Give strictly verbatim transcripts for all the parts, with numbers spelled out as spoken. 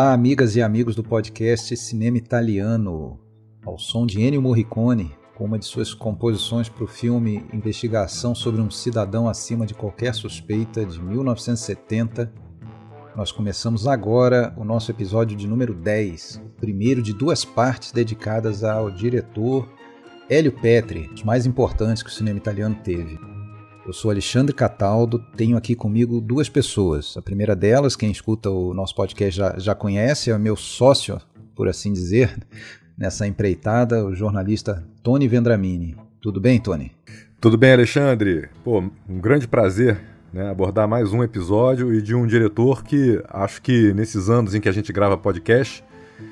Olá, amigas e amigos do podcast Cinema Italiano, ao som de Ennio Morricone, com uma de suas composições para o filme Investigação sobre um Cidadão Acima de Qualquer Suspeita, de mil novecentos e setenta. Nós começamos agora o nosso episódio de número dez, o primeiro de duas partes dedicadas ao diretor Elio Petri, os mais importantes que o cinema italiano teve. Eu sou Alexandre Cataldo, tenho aqui comigo duas pessoas. A primeira delas, quem escuta o nosso podcast já, já conhece, é o meu sócio, por assim dizer, nessa empreitada, o jornalista Tony Vendramini. Tudo bem, Tony? Tudo bem, Alexandre. Pô, um grande prazer, né, abordar mais um episódio e de um diretor que acho que nesses anos em que a gente grava podcast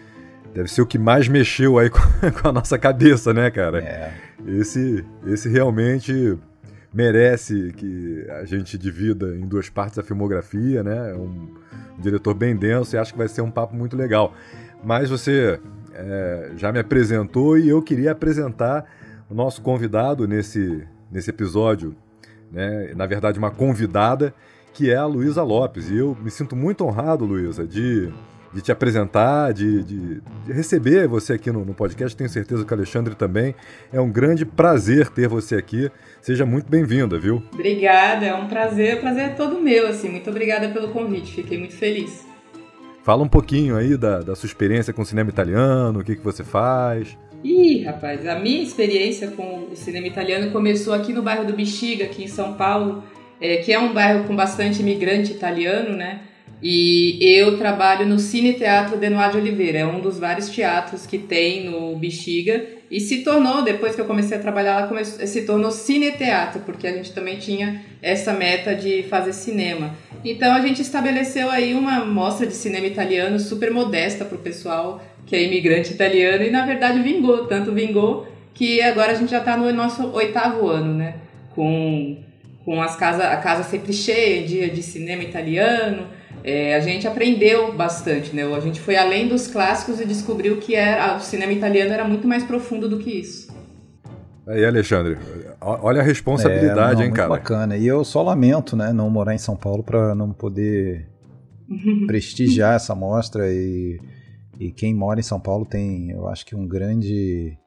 deve ser o que mais mexeu aí com, com a nossa cabeça, né, cara? É. Esse, esse realmente merece que a gente divida em duas partes a filmografia, né? É um diretor bem denso e acho que vai ser um papo muito legal. Mas você é, já me apresentou e eu queria apresentar o nosso convidado nesse, nesse episódio, né? Na verdade, uma convidada, que é a Luísa Lopes. E eu me sinto muito honrado, Luísa, de, de te apresentar, de, de, de receber você aqui no, no podcast. Tenho certeza que o Alexandre também. É um grande prazer ter você aqui. Seja muito bem-vinda, viu? Obrigada, é um prazer, o prazer é todo meu, assim. Muito obrigada pelo convite, fiquei muito feliz. Fala um pouquinho aí da, da sua experiência com o cinema italiano, o que, que você faz. Ih, rapaz, a minha experiência com o cinema italiano começou aqui no bairro do Bexiga, aqui em São Paulo, é, que é um bairro com bastante imigrante italiano, né? E eu trabalho no Cine Teatro Denoir de Oliveira, é um dos vários teatros que tem no Bexiga, e se tornou, depois que eu comecei a trabalhar lá, comece... se tornou Cine Teatro, porque a gente também tinha essa meta de fazer cinema. Então a gente estabeleceu aí uma mostra de cinema italiano super modesta para o pessoal que é imigrante italiano, e na verdade vingou, tanto vingou que agora a gente já está no nosso oitavo ano, né? Com, com as casa, a casa sempre cheia, dia de cinema italiano. É, a gente aprendeu bastante, né? A gente foi além dos clássicos e descobriu que era, o cinema italiano era muito mais profundo do que isso. Aí, Alexandre, olha a responsabilidade, é, não, hein, muito cara? Bacana. E eu só lamento, né, não morar em São Paulo para não poder prestigiar essa mostra. E, e quem mora em São Paulo tem, eu acho que um grande...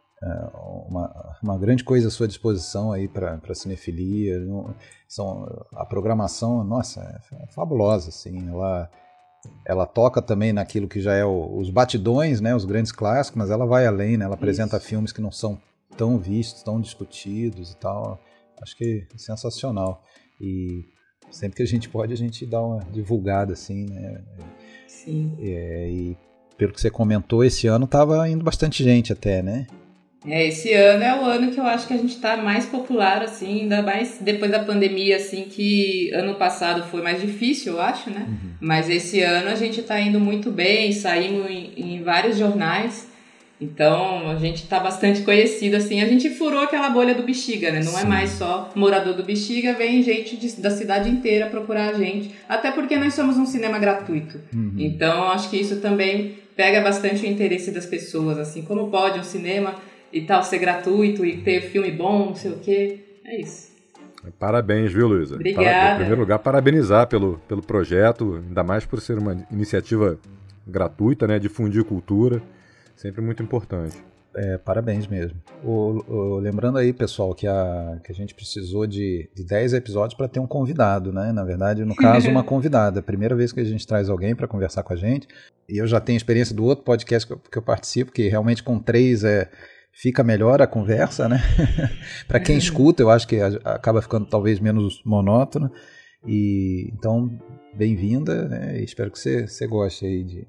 Uma, uma grande coisa à sua disposição aí para cinefilia. São, a programação, nossa, é fabulosa, assim. Ela, ela toca também naquilo que já é o, os batidões, né, os grandes clássicos, mas ela vai além, né, ela apresenta Isso. filmes que não são tão vistos, tão discutidos e tal. Acho que é sensacional. E sempre que a gente pode, a gente dá uma divulgada, assim, né. Sim. É, e pelo que você comentou, esse ano estava indo bastante gente até, né? É, esse ano é o ano que eu acho que a gente tá mais popular, assim, ainda mais depois da pandemia, assim, que ano passado foi mais difícil, eu acho, né? Uhum. Mas esse ano a gente tá indo muito bem, saímos em, em vários jornais, então a gente tá bastante conhecido, assim. A gente furou aquela bolha do Bexiga, né? Não Sim. é mais só morador do Bexiga, vem gente de, da cidade inteira procurar a gente, até porque nós somos um cinema gratuito. Uhum. Então acho que isso também pega bastante o interesse das pessoas, assim, como pode um cinema e tal ser gratuito e ter filme bom, não sei o quê. É isso. Parabéns, viu, Luísa? Obrigada. Para, em primeiro lugar, parabenizar pelo, pelo projeto, ainda mais por ser uma iniciativa gratuita, né? Difundir cultura, sempre muito importante. É, parabéns mesmo. O, o, lembrando aí, pessoal, que a, que a gente precisou de, de dez episódios para ter um convidado, né? Na verdade, no caso, uma convidada. Primeira vez que a gente traz alguém para conversar com a gente. E eu já tenho experiência do outro podcast que eu, que eu participo, que realmente com três é... fica melhor a conversa, né? Para quem escuta, eu acho que acaba ficando talvez menos monótono. E então, bem-vinda, né? Espero que você, você goste aí de.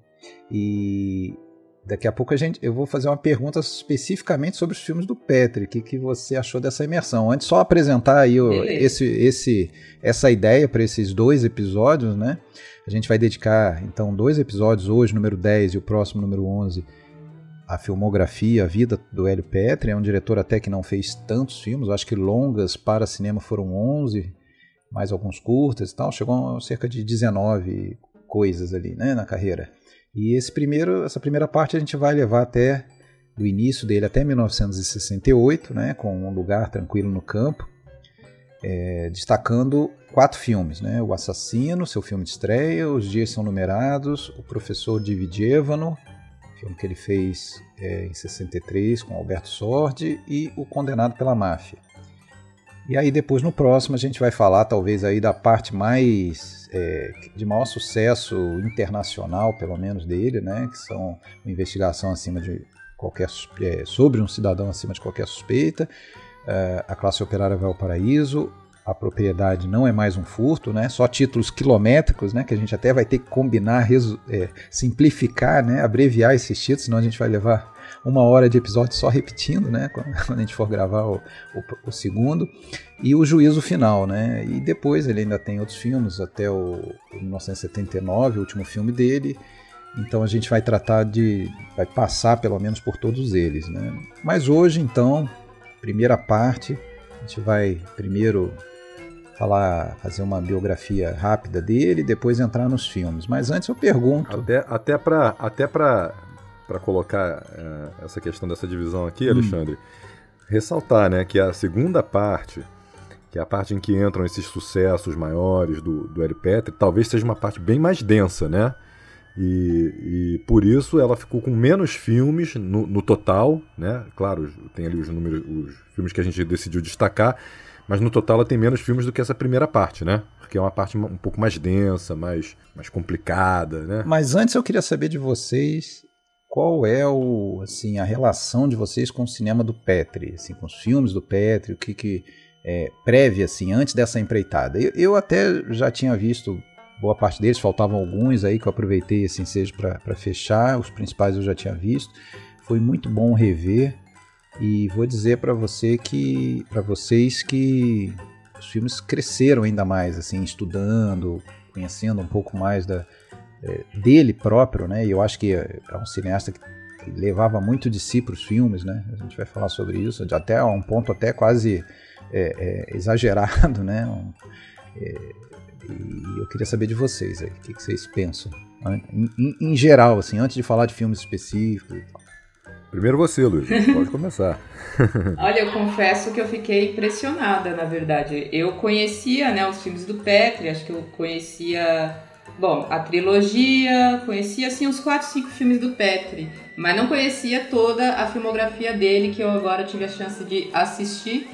E daqui a pouco a gente, eu vou fazer uma pergunta especificamente sobre os filmes do Petri. O que, que você achou dessa imersão? Antes, só apresentar aí o, esse, esse, essa ideia para esses dois episódios, né? A gente vai dedicar então dois episódios hoje, número dez, e o próximo, número onze. A filmografia, a vida do Elio Petri. É um diretor até que não fez tantos filmes, eu acho que longas para cinema foram onze, mais alguns curtas e tal, chegou a cerca de dezenove coisas ali, né, na carreira. E esse primeiro, essa primeira parte a gente vai levar até, do início dele até mil novecentos e sessenta e oito, né, com Um Lugar Tranquilo no Campo, é, destacando quatro filmes, né? O Assassino, seu filme de estreia, Os Dias São Numerados, O Professor Dividievano, filme que ele fez é, em sessenta e três com Alberto Sordi, e O Condenado pela Máfia. E aí depois no próximo a gente vai falar talvez aí da parte mais é, de maior sucesso internacional, pelo menos dele, né? Que são uma investigação acima de qualquer é, sobre um cidadão acima de qualquer suspeita, é, A Classe Operária Vai ao Paraíso, A Propriedade Não é Mais um Furto, né? Só títulos quilométricos, né? Que a gente até vai ter que combinar, resu- é, simplificar, né? Abreviar esses títulos, senão a gente vai levar uma hora de episódio só repetindo, né? Quando a gente for gravar o, o, o segundo. E O Juízo Final, né? E depois ele ainda tem outros filmes, até o, o mil novecentos e setenta e nove, o último filme dele. Então a gente vai tratar de... vai passar pelo menos por todos eles, né? Mas hoje, então, primeira parte, a gente vai primeiro falar, fazer uma biografia rápida dele, depois entrar nos filmes. Mas antes eu pergunto... Até, até para até para colocar uh, essa questão dessa divisão aqui, Alexandre, hum. ressaltar, né, que a segunda parte, que é a parte em que entram esses sucessos maiores do, do Hélio Petri, talvez seja uma parte bem mais densa, né? E, e por isso ela ficou com menos filmes no, no total, né? Claro, tem ali os números, os filmes que a gente decidiu destacar, mas no total ela tem menos filmes do que essa primeira parte, né? Porque é uma parte um pouco mais densa, mais, mais complicada, né? Mas antes eu queria saber de vocês qual é o, assim, a relação de vocês com o cinema do Petri, assim, com os filmes do Petri, o que, que é, prévia, assim, antes dessa empreitada. Eu, eu até já tinha visto boa parte deles, faltavam alguns aí que eu aproveitei, assim, seja para fechar, os principais eu já tinha visto. Foi muito bom rever. E vou dizer para você que, para vocês que os filmes cresceram ainda mais, assim, estudando, conhecendo um pouco mais da, é, dele próprio, né? E eu acho que é um cineasta que, que levava muito de si para os filmes, né? A gente vai falar sobre isso, até a um ponto até quase é, é, exagerado, né? Um, é, e eu queria saber de vocês aí, o que, que vocês pensam, em, em, em geral, assim, antes de falar de filmes específicos e tal. Primeiro você, Luiz, pode começar. Olha, eu confesso que eu fiquei impressionada, na verdade. Eu conhecia, né, os filmes do Petri, acho que eu conhecia, bom, a trilogia, conhecia, assim, uns quatro, cinco filmes do Petri, mas não conhecia toda a filmografia dele, que eu agora tive a chance de assistir,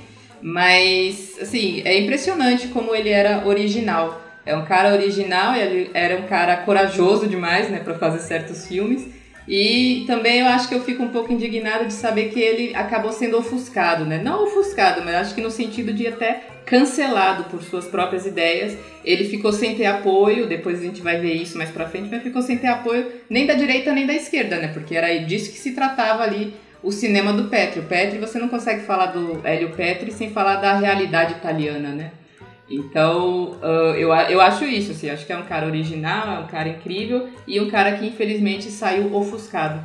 mas, assim, é impressionante como ele era original. É um cara original, ele era um cara corajoso demais, né, para fazer certos filmes. E também eu acho que eu fico um pouco indignada de saber que ele acabou sendo ofuscado, né? Não ofuscado, mas acho que no sentido de até cancelado por suas próprias ideias. Ele ficou sem ter apoio, depois a gente vai ver isso mais pra frente, mas ficou sem ter apoio nem da direita nem da esquerda, né? Porque era disso que se tratava ali o cinema do Petri. O Petri, você não consegue falar do Hélio Petri sem falar da realidade italiana, né? Então, uh, eu, eu acho isso, assim, acho que é um cara original, é um cara incrível e um cara que infelizmente saiu ofuscado.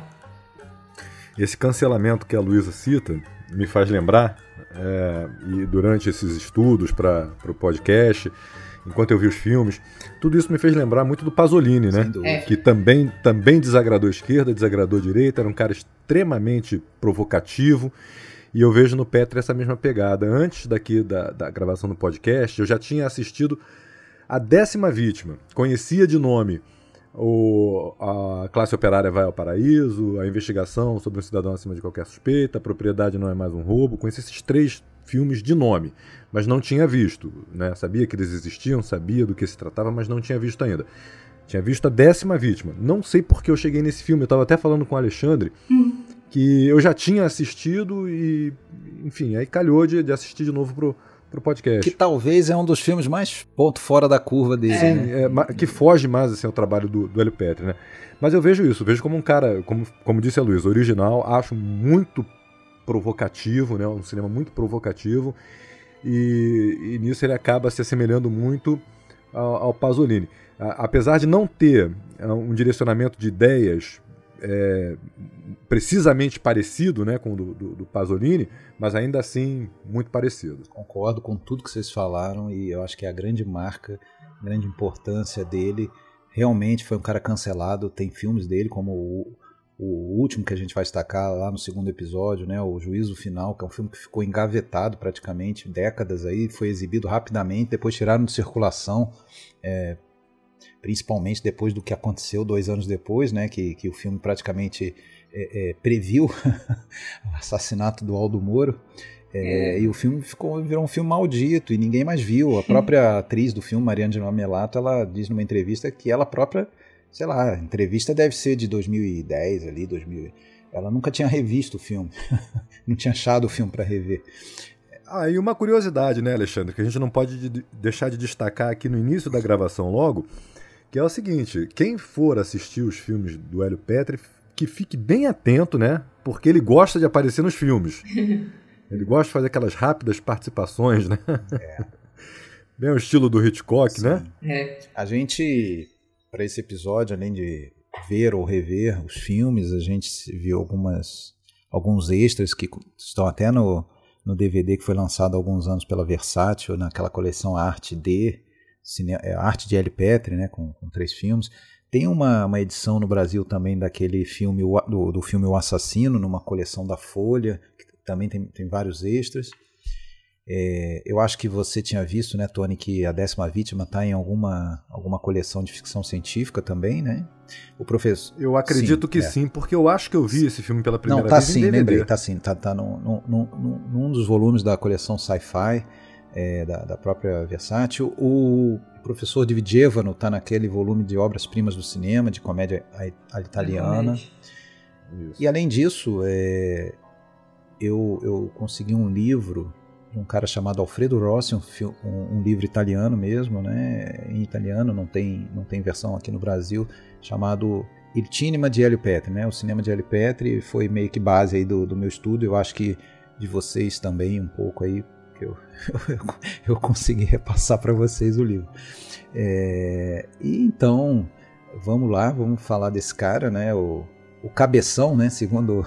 Esse cancelamento que a Luísa cita me faz lembrar, é, e durante esses estudos para o podcast, enquanto eu vi os filmes, tudo isso me fez lembrar muito do Pasolini, né? É. Que também, também desagradou a esquerda, desagradou a direita, era um cara extremamente provocativo. E eu vejo no Petri essa mesma pegada. Antes daqui da, da gravação do podcast, eu já tinha assistido A Décima Vítima. Conhecia de nome o, a Classe Operária Vai ao Paraíso, A Investigação sobre um Cidadão Acima de Qualquer Suspeita, A Propriedade Não é Mais um Roubo. Conheci esses três filmes de nome, mas não tinha visto, né? Sabia que eles existiam, sabia do que se tratava, mas não tinha visto ainda. Tinha visto A Décima Vítima. Não sei por que eu cheguei nesse filme. Eu estava até falando com o Alexandre... Hum. que eu já tinha assistido e, enfim, aí calhou de, de assistir de novo pro, pro podcast. Que talvez é um dos filmes mais ponto fora da curva dele. Sim, né? é, que foge mais assim, ao trabalho do, do Hélio Petri, né? Mas eu vejo isso, vejo como um cara, como, como disse a Luísa, original, acho muito provocativo, né? Um cinema muito provocativo e, e nisso ele acaba se assemelhando muito ao, ao Pasolini. A, apesar de não ter um direcionamento de ideias É, precisamente parecido, né, com o do, do, do Pasolini, mas ainda assim muito parecido. Concordo com tudo que vocês falaram e eu acho que a grande marca, a grande importância dele, realmente foi um cara cancelado. Tem filmes dele como o, o último que a gente vai destacar lá no segundo episódio, né, o Juízo Final, que é um filme que ficou engavetado praticamente décadas aí, foi exibido rapidamente, depois tiraram de circulação, é, principalmente depois do que aconteceu dois anos depois, né, que, que o filme praticamente é, é, previu o assassinato do Aldo Moro. É, e o filme ficou, virou um filme maldito e ninguém mais viu. A própria atriz do filme, Mariana de Melato, ela diz numa entrevista que ela própria, sei lá, a entrevista deve ser de dois mil e dez, ali, dois mil, ela nunca tinha revisto o filme, não tinha achado o filme para rever. Ah, e uma curiosidade, né, Alexandre, que a gente não pode de- deixar de destacar aqui no início da gravação logo, que é o seguinte, quem for assistir os filmes do Hélio Petri, que fique bem atento, né, porque ele gosta de aparecer nos filmes. Ele gosta de fazer aquelas rápidas participações, né? É. Bem o estilo do Hitchcock, Sim. né? É. A gente, para esse episódio, além de ver ou rever os filmes, a gente viu algumas, alguns extras que estão até no, no D V D que foi lançado há alguns anos pela Versátil, naquela coleção Arte D, cine, Arte de Hélio Petri, né, com, com três filmes. Tem uma, uma edição no Brasil também daquele filme, do, do filme O Assassino, numa coleção da Folha, também tem, tem vários extras. É, eu acho que você tinha visto, né, Tony, que A Décima Vítima está em alguma, alguma coleção de ficção científica também, né? O professor... Eu acredito sim, que é. sim, porque eu acho que eu vi esse filme pela primeira Não, tá vez sim, em D V D. Lembrei, tá sim, tá, tá num, num, num, num dos volumes da coleção Sci-Fi, é, da, da própria Versátil. O professor Dividievano está naquele volume de obras-primas do cinema, de comédia a, a italiana. Isso. E além disso, é... Eu, eu consegui um livro de um cara chamado Alfredo Rossi, um, um, um livro italiano mesmo, né? Em italiano, não tem, não tem versão aqui no Brasil, chamado Il Cinema di Hélio Petri, né? O cinema de Hélio Petri foi meio que base aí do, do meu estudo, eu acho que de vocês também um pouco aí, que eu, eu, eu consegui repassar para vocês o livro. É, e então, vamos lá, vamos falar desse cara, né? O O Cabeção, né? Segundo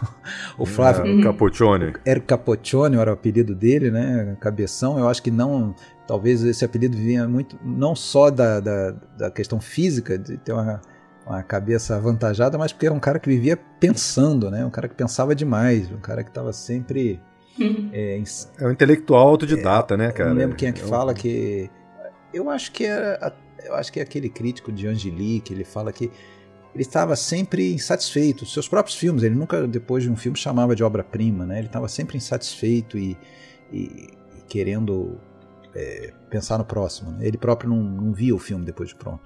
o Flávio. É, o Capoccione. Era o Capoccione, era o apelido dele, né? Cabeção. Eu acho que não. Talvez esse apelido vinha muito. Não só da, da, da questão física, de ter uma, uma cabeça avantajada, mas porque era um cara que vivia pensando, né? Um cara que pensava demais, um cara que estava sempre. É, em... é um intelectual autodidata, é, né, cara? Eu não lembro quem é que é fala um... que. Eu acho que era. Eu acho que é aquele crítico de Angeli, que ele fala que ele estava sempre insatisfeito. Os seus próprios filmes, ele nunca, depois de um filme, chamava de obra-prima, né? Ele estava sempre insatisfeito e, e, e querendo é, pensar no próximo. Né? Ele próprio não, não via o filme depois de pronto.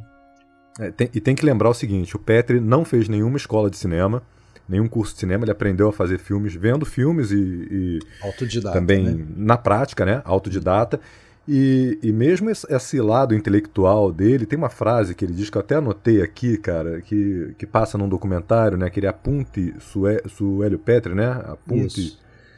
Né? É, tem, e tem que lembrar o seguinte, o Petri não fez nenhuma escola de cinema, nenhum curso de cinema, ele aprendeu a fazer filmes vendo filmes e, e autodidata, também né? Na prática, né? Autodidata. E, e mesmo esse lado intelectual dele, tem uma frase que ele diz, que eu até anotei aqui, cara, que, que passa num documentário, né, aquele Appunti su, su Hélio Petri, né, Appunti,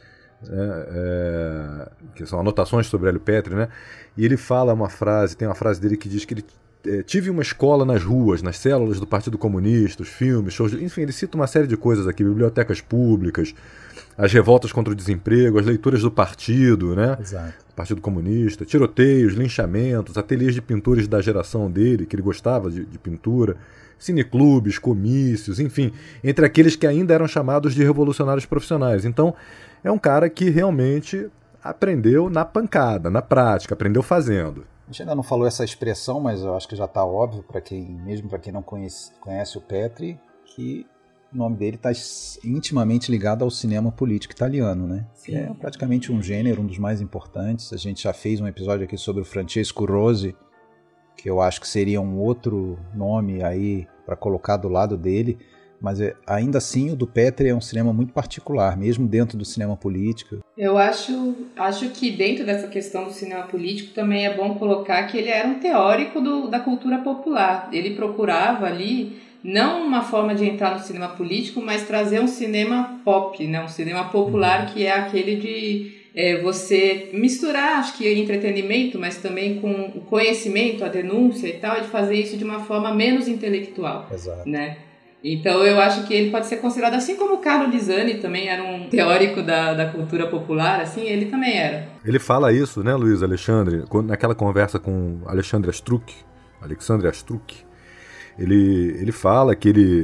é, é, que são anotações sobre Hélio Petri, né, e ele fala uma frase, tem uma frase dele que diz que ele é, tive uma escola nas ruas, nas células do Partido Comunista, os filmes, shows, de, enfim, ele cita uma série de coisas aqui, bibliotecas públicas, as revoltas contra o desemprego, as leituras do partido, né? Exato. Partido Comunista, tiroteios, linchamentos, ateliês de pintores da geração dele, que ele gostava de, de pintura, cineclubes, comícios, enfim, entre aqueles que ainda eram chamados de revolucionários profissionais. Então, é um cara que realmente aprendeu na pancada, na prática, aprendeu fazendo. A gente ainda não falou essa expressão, mas eu acho que já está óbvio, para quem, mesmo para quem não conhece, conhece o Petri, que o nome dele está intimamente ligado ao cinema político italiano, né? Que é praticamente um gênero, um dos mais importantes. A gente já fez um episódio aqui sobre o Francesco Rosi, que eu acho que seria um outro nome aí para colocar do lado dele, mas ainda assim o do Petri é um cinema muito particular, mesmo dentro do cinema político. Eu acho, acho que dentro dessa questão do cinema político também é bom colocar que ele era um teórico do, da cultura popular. Ele procurava ali não uma forma de entrar no cinema político, mas trazer um cinema pop, né? Um cinema popular, que é aquele de é, você misturar, acho que entretenimento, mas também com o conhecimento, a denúncia e tal, e de fazer isso de uma forma menos intelectual. Exato. Né? Então eu acho que ele pode ser considerado, assim como o Carlo Lisani também era um teórico da, da cultura popular, assim, ele também era. Ele fala isso, né, Luiz Alexandre, naquela conversa com Alexandre Astruc, Alexandre Astruc, Ele, ele fala que ele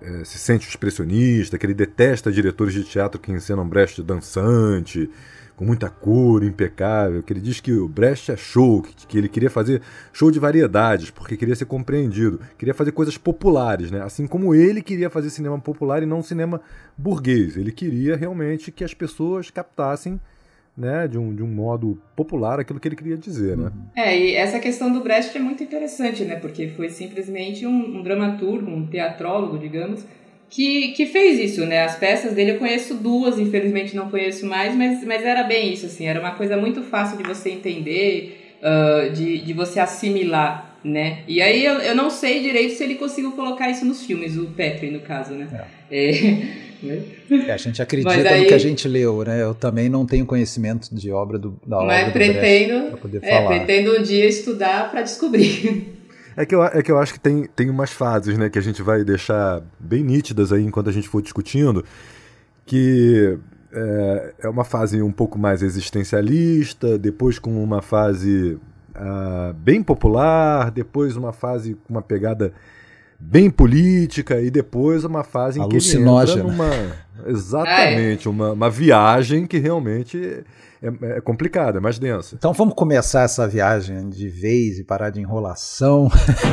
é, se sente um expressionista, que ele detesta diretores de teatro que encenam Brecht dançante, com muita cor, impecável, que ele diz que o Brecht é show, que, que ele queria fazer show de variedades, porque queria ser compreendido, queria fazer coisas populares, né? Assim como ele queria fazer cinema popular e não cinema burguês. Ele queria realmente que as pessoas captassem, né, de um, de um modo popular aquilo que ele queria dizer, né? É, e essa questão do Brecht é muito interessante, né? Porque foi simplesmente um, um dramaturgo, um teatrólogo, digamos, que, que fez isso, né? As peças dele eu conheço duas, infelizmente não conheço mais, mas, mas era bem isso, assim, era uma coisa muito fácil de você entender, uh, de, de você assimilar, né? E aí eu, eu não sei direito se ele conseguiu colocar isso nos filmes, o Petri, no caso, né? É. É. É, a gente acredita aí, no que a gente leu, né? Eu também não tenho conhecimento de obra do, da obra mas do pretendo, para poder é, falar. pretendo um dia estudar para descobrir. É que, eu, é que eu acho que tem, tem umas fases, né, que a gente vai deixar bem nítidas aí enquanto a gente for discutindo, que é, é uma fase um pouco mais existencialista, depois com uma fase uh, bem popular, depois uma fase com uma pegada bem política e depois uma fase em que ele entra numa exatamente uma, uma viagem que realmente é, é complicada, é mais densa. Então vamos começar essa viagem de vez e parar de enrolação.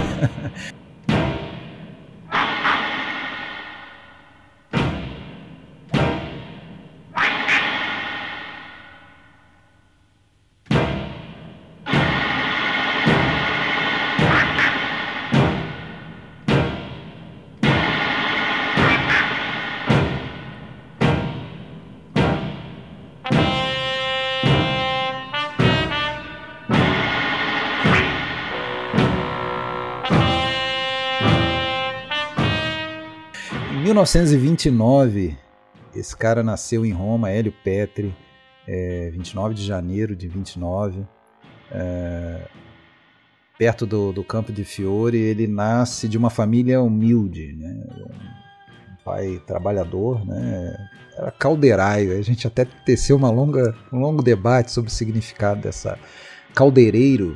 Em mil novecentos e vinte e nove, esse cara nasceu em Roma, Hélio Petri, é, vinte e nove de janeiro de vinte e nove, é, perto do, do Campo de Fiore. Ele nasce de uma família humilde, né? Um pai trabalhador, né? Era caldeiraio. A gente até teceu uma longa, um longo debate sobre o significado dessa caldeireiro.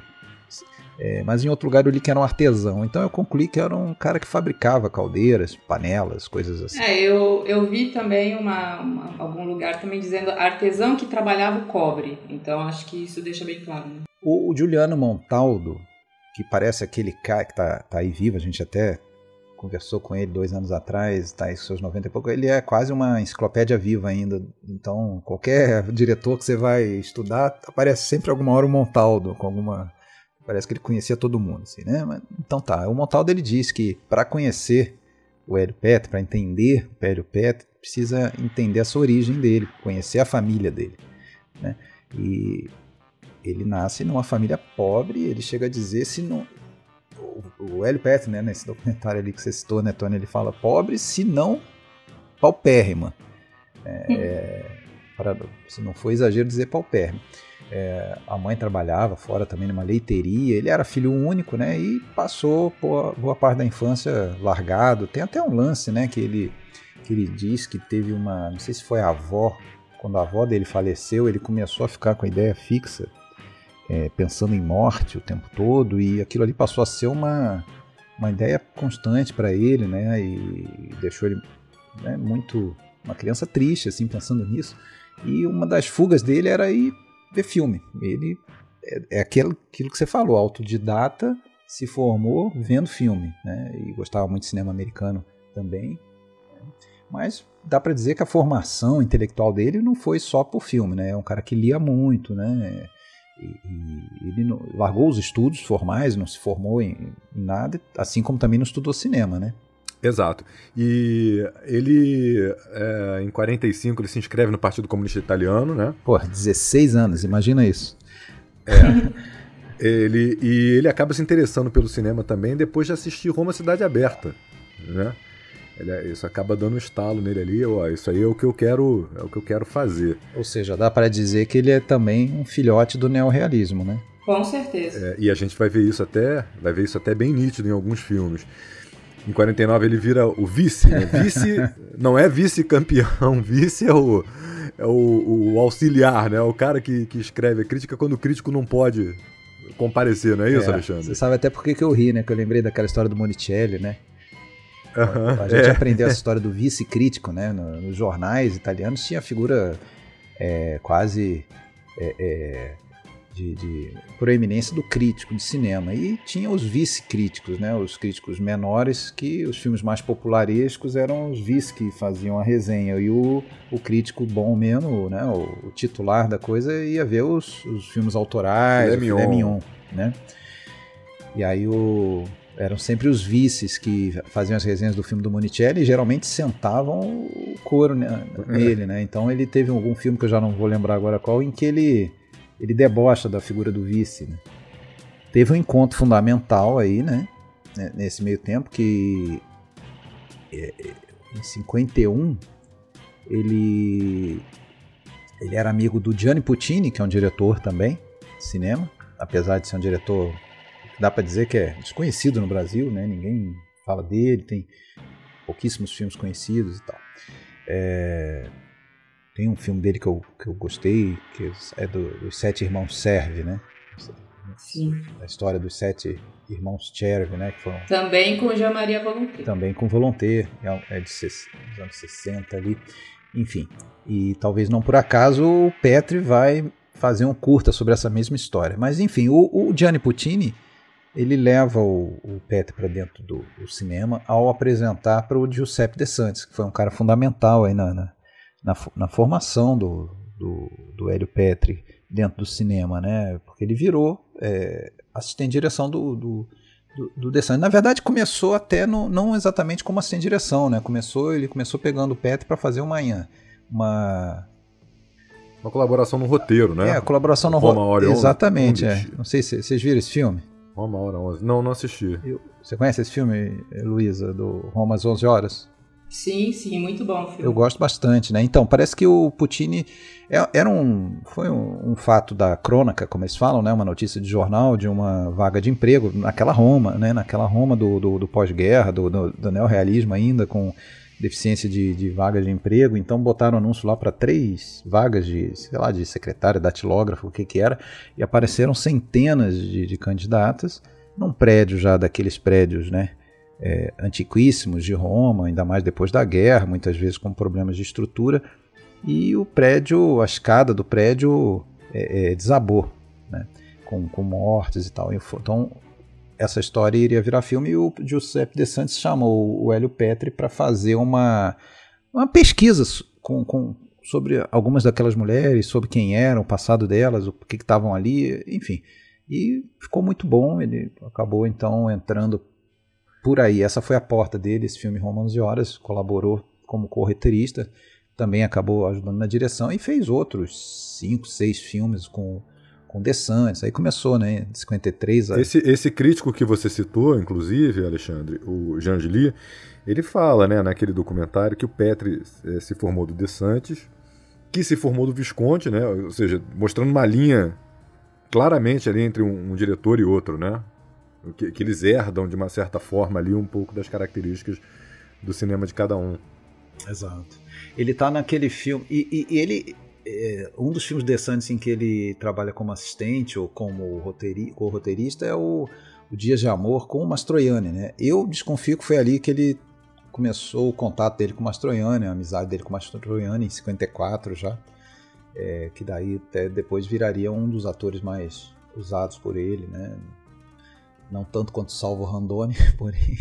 É, mas em outro lugar eu li que era um artesão, então eu concluí que era um cara que fabricava caldeiras, panelas, coisas assim. É, eu, eu vi também uma, uma, algum lugar também dizendo artesão que trabalhava o cobre, então acho que isso deixa bem claro. Né? O, o Giuliano Montaldo, que parece aquele cara que tá, tá aí vivo, a gente até conversou com ele dois anos atrás, tá aí com seus noventa e pouco, ele é quase uma enciclopédia viva ainda, então qualquer diretor que você vai estudar, aparece sempre alguma hora o Montaldo, com alguma... Parece que ele conhecia todo mundo, assim, né? Mas, então tá, o Montaldo ele diz que para conhecer o Hélio Petri, para entender o Hélio Petri, precisa entender a sua origem dele, conhecer a família dele, né? E ele nasce numa família pobre, ele chega a dizer, se não... O, o Hélio Petri, né, nesse documentário ali que você citou, né, Tony, ele fala pobre, se não paupérrima. É, é, para, se não for exagero dizer paupérrima. É, a mãe trabalhava fora também numa leiteria, ele era filho único, né, e passou por boa parte da infância largado. Tem até um lance, né, que ele, que ele diz que teve uma, não sei se foi a avó, quando a avó dele faleceu, ele começou a ficar com a ideia fixa, é, pensando em morte o tempo todo, e aquilo ali passou a ser uma, uma ideia constante para ele, né, e deixou ele, né, muito, uma criança triste, assim, pensando nisso. E uma das fugas dele era ir ver filme. Ele é, é aquilo, aquilo que você falou, autodidata, se formou vendo filme, né? E gostava muito de cinema americano também, né? Mas dá para dizer que a formação intelectual dele não foi só por filme, né? É um cara que lia muito, né? E, e ele não, largou os estudos formais, não se formou em, em nada, assim como também não estudou cinema, né? Exato. E ele, é, em quarenta e cinco, ele se inscreve no Partido Comunista Italiano, né? Pô, dezesseis anos, imagina isso. É. ele, e ele acaba se interessando pelo cinema também depois de assistir Roma Cidade Aberta, né? Ele, isso acaba dando um estalo nele ali, ó, isso aí é o que eu quero, é o que eu quero fazer. Ou seja, dá para dizer que ele é também um filhote do neorrealismo, né? Com certeza. É, e a gente vai ver isso até, vai ver isso até bem nítido em alguns filmes. Em quarenta e nove ele vira o vice, né? Vice não é vice-campeão, vice é o, é o, o auxiliar, né? O cara que, que escreve a crítica quando o crítico não pode comparecer, não é isso, é, Alexandre? Você sabe até por que, que eu ri, né? Que eu lembrei daquela história do Monicelli, né? Uhum, a gente é. aprendeu essa história do vice-crítico, né? Nos, nos jornais italianos tinha a figura é, quase é, é, de, de proeminência do crítico de cinema. E tinha os vice-críticos, né? Os críticos menores, que os filmes mais popularescos eram os vice que faziam a resenha. E o, o crítico bom mesmo, né? o, o titular da coisa, ia ver os, os filmes autorais, o filé mignon, né? E aí o... eram sempre os vices que faziam as resenhas do filme do Monicelli e geralmente sentavam o couro nele, né? Então ele teve algum filme que eu já não vou lembrar agora qual, em que ele, ele debocha da figura do vice, né? Teve um encontro fundamental aí, né? Nesse meio tempo, que em cinquenta e um ele, ele era amigo do Gianni Puccini, que é um diretor também de cinema, apesar de ser um diretor... dá para dizer que é desconhecido no Brasil, né? Ninguém fala dele, tem pouquíssimos filmes conhecidos e tal. É... Tem um filme dele que eu, que eu gostei, que é do, dos Sete Irmãos Cervi, né? Sim. A história dos Sete Irmãos Cervi, né? Que foram... Também com Jean-Marie Volonté. Também com Volonté, é de dos anos sessenta ali. Enfim, e talvez não por acaso o Petri vai fazer um curta sobre essa mesma história. Mas enfim, o, o Gianni Puccini, ele leva o, o Petri para dentro do, do cinema ao apresentar para o Giuseppe De Santis, que foi um cara fundamental aí na, na, na, na formação do, do, do Hélio Petri dentro do cinema, né? Porque ele virou é, assistente de direção do, do, do, do De Santis. Na verdade, começou até no, não exatamente como assistente de direção, né? Começou, ele começou pegando o Petri para fazer uma, uma uma colaboração no roteiro, né? É, colaboração no roteiro. Exatamente, é. Não sei se vocês viram esse filme. Roma, hora onze. Não, não assisti. Eu, você conhece esse filme, Luísa, do Roma às onze horas? Sim, sim, muito bom o filme. Eu gosto bastante, né? Então, parece que o Puccini era um, foi um, um fato da crônica, como eles falam, né? Uma notícia de jornal de uma vaga de emprego naquela Roma, né? Naquela Roma do, do, do pós-guerra, do, do, do neorrealismo ainda, com deficiência de, de vaga de emprego. Então botaram anúncio lá para três vagas de, sei lá, de secretária, datilógrafo, o que que era, e apareceram centenas de, de candidatas num prédio já daqueles prédios, né, é, antiquíssimos de Roma, ainda mais depois da guerra, muitas vezes com problemas de estrutura, e o prédio, a escada do prédio é, é, desabou, né, com, com mortes e tal. Então essa história iria virar filme e o Giuseppe De Santis chamou o Hélio Petri para fazer uma, uma pesquisa com, com, sobre algumas daquelas mulheres, sobre quem eram, o passado delas, o que estavam ali, enfim. E ficou muito bom, ele acabou então entrando por aí. Essa foi a porta dele, esse filme Roma onze horas, colaborou como corretorista, também acabou ajudando na direção e fez outros cinco, seis filmes com... com De Santis, aí começou, né, de cinquenta e três. A... Esse, esse crítico que você citou, inclusive, Alexandre, o Jean Gilly, ele fala, né, naquele documentário que o Petri eh, se formou do De Santis, que se formou do Visconti, né, ou seja, mostrando uma linha claramente ali entre um, um diretor e outro, né, que, que eles herdam de uma certa forma ali um pouco das características do cinema de cada um. Exato. Ele tá naquele filme, e, e, e ele... É, um dos filmes de De Santis em que ele trabalha como assistente ou como roteiri, co-roteirista é o, o Dias de Amor com o Mastroianni, né? Eu desconfio que foi ali que ele começou o contato dele com o Mastroianni, a amizade dele com o Mastroianni em cinquenta e quatro já, é, que daí até depois viraria um dos atores mais usados por ele, né? Não tanto quanto Salvo Randoni, porém...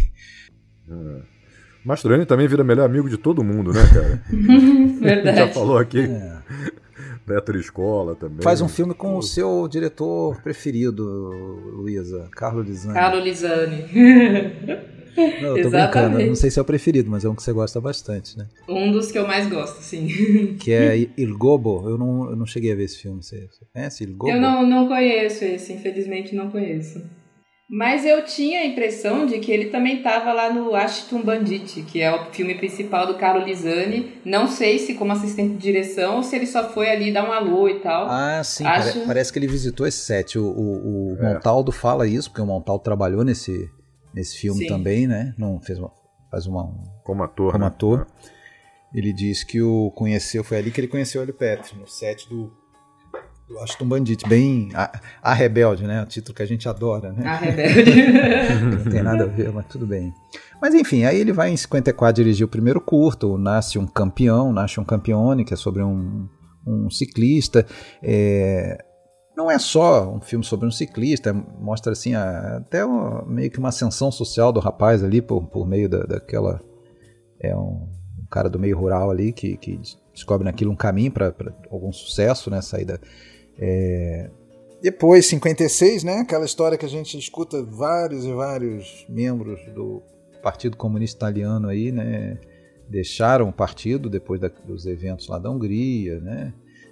É. Mastroianni também vira melhor amigo de todo mundo, né, cara? Verdade. Já falou aqui. É. Neto Escola também. Faz um filme com o seu diretor preferido, Luísa, Carlo Lisani. Carlo Lisani. Não, eu tô brincando, não sei se é o preferido, mas é um que você gosta bastante, né? Um dos que eu mais gosto, sim. Que é Il Gobbo. Eu não, eu não cheguei a ver esse filme. Você, você conhece Il Gobbo? Eu não, não conheço esse, infelizmente não conheço. Mas eu tinha a impressão de que ele também estava lá no Ashton Bandit, que é o filme principal do Carlo Lisani. Não sei se como assistente de direção ou se ele só foi ali dar um alô e tal. Ah, sim. Acho... Pare- parece que ele visitou esse set. O, o, o É. Montaldo fala isso, porque o Montaldo trabalhou nesse, nesse filme Sim. também, né? Não, fez uma, faz uma, um, Como ator. como né? ator. Ele diz que o conheceu, foi ali que ele conheceu o Hélio Petri, no set do, Eu acho um Bandit bem... A, a Rebelde, né? O título que a gente adora, né? A Rebelde. Não tem nada a ver, mas tudo bem. Mas enfim, aí ele vai em cinquenta e quatro dirigir o primeiro curta, o Nasce um Campeão, Nasce um Campione, que é sobre um, um ciclista. É, não é só um filme sobre um ciclista, mostra assim a, até uma, meio que uma ascensão social do rapaz ali por, por meio da, daquela... É um, um cara do meio rural ali que, que descobre naquilo um caminho para algum sucesso, né? Saída... É... Depois, cinquenta e seis, né? Aquela história que a gente escuta vários e vários membros do Partido Comunista Italiano aí, né? Deixaram o partido depois da, dos eventos lá da Hungria, né?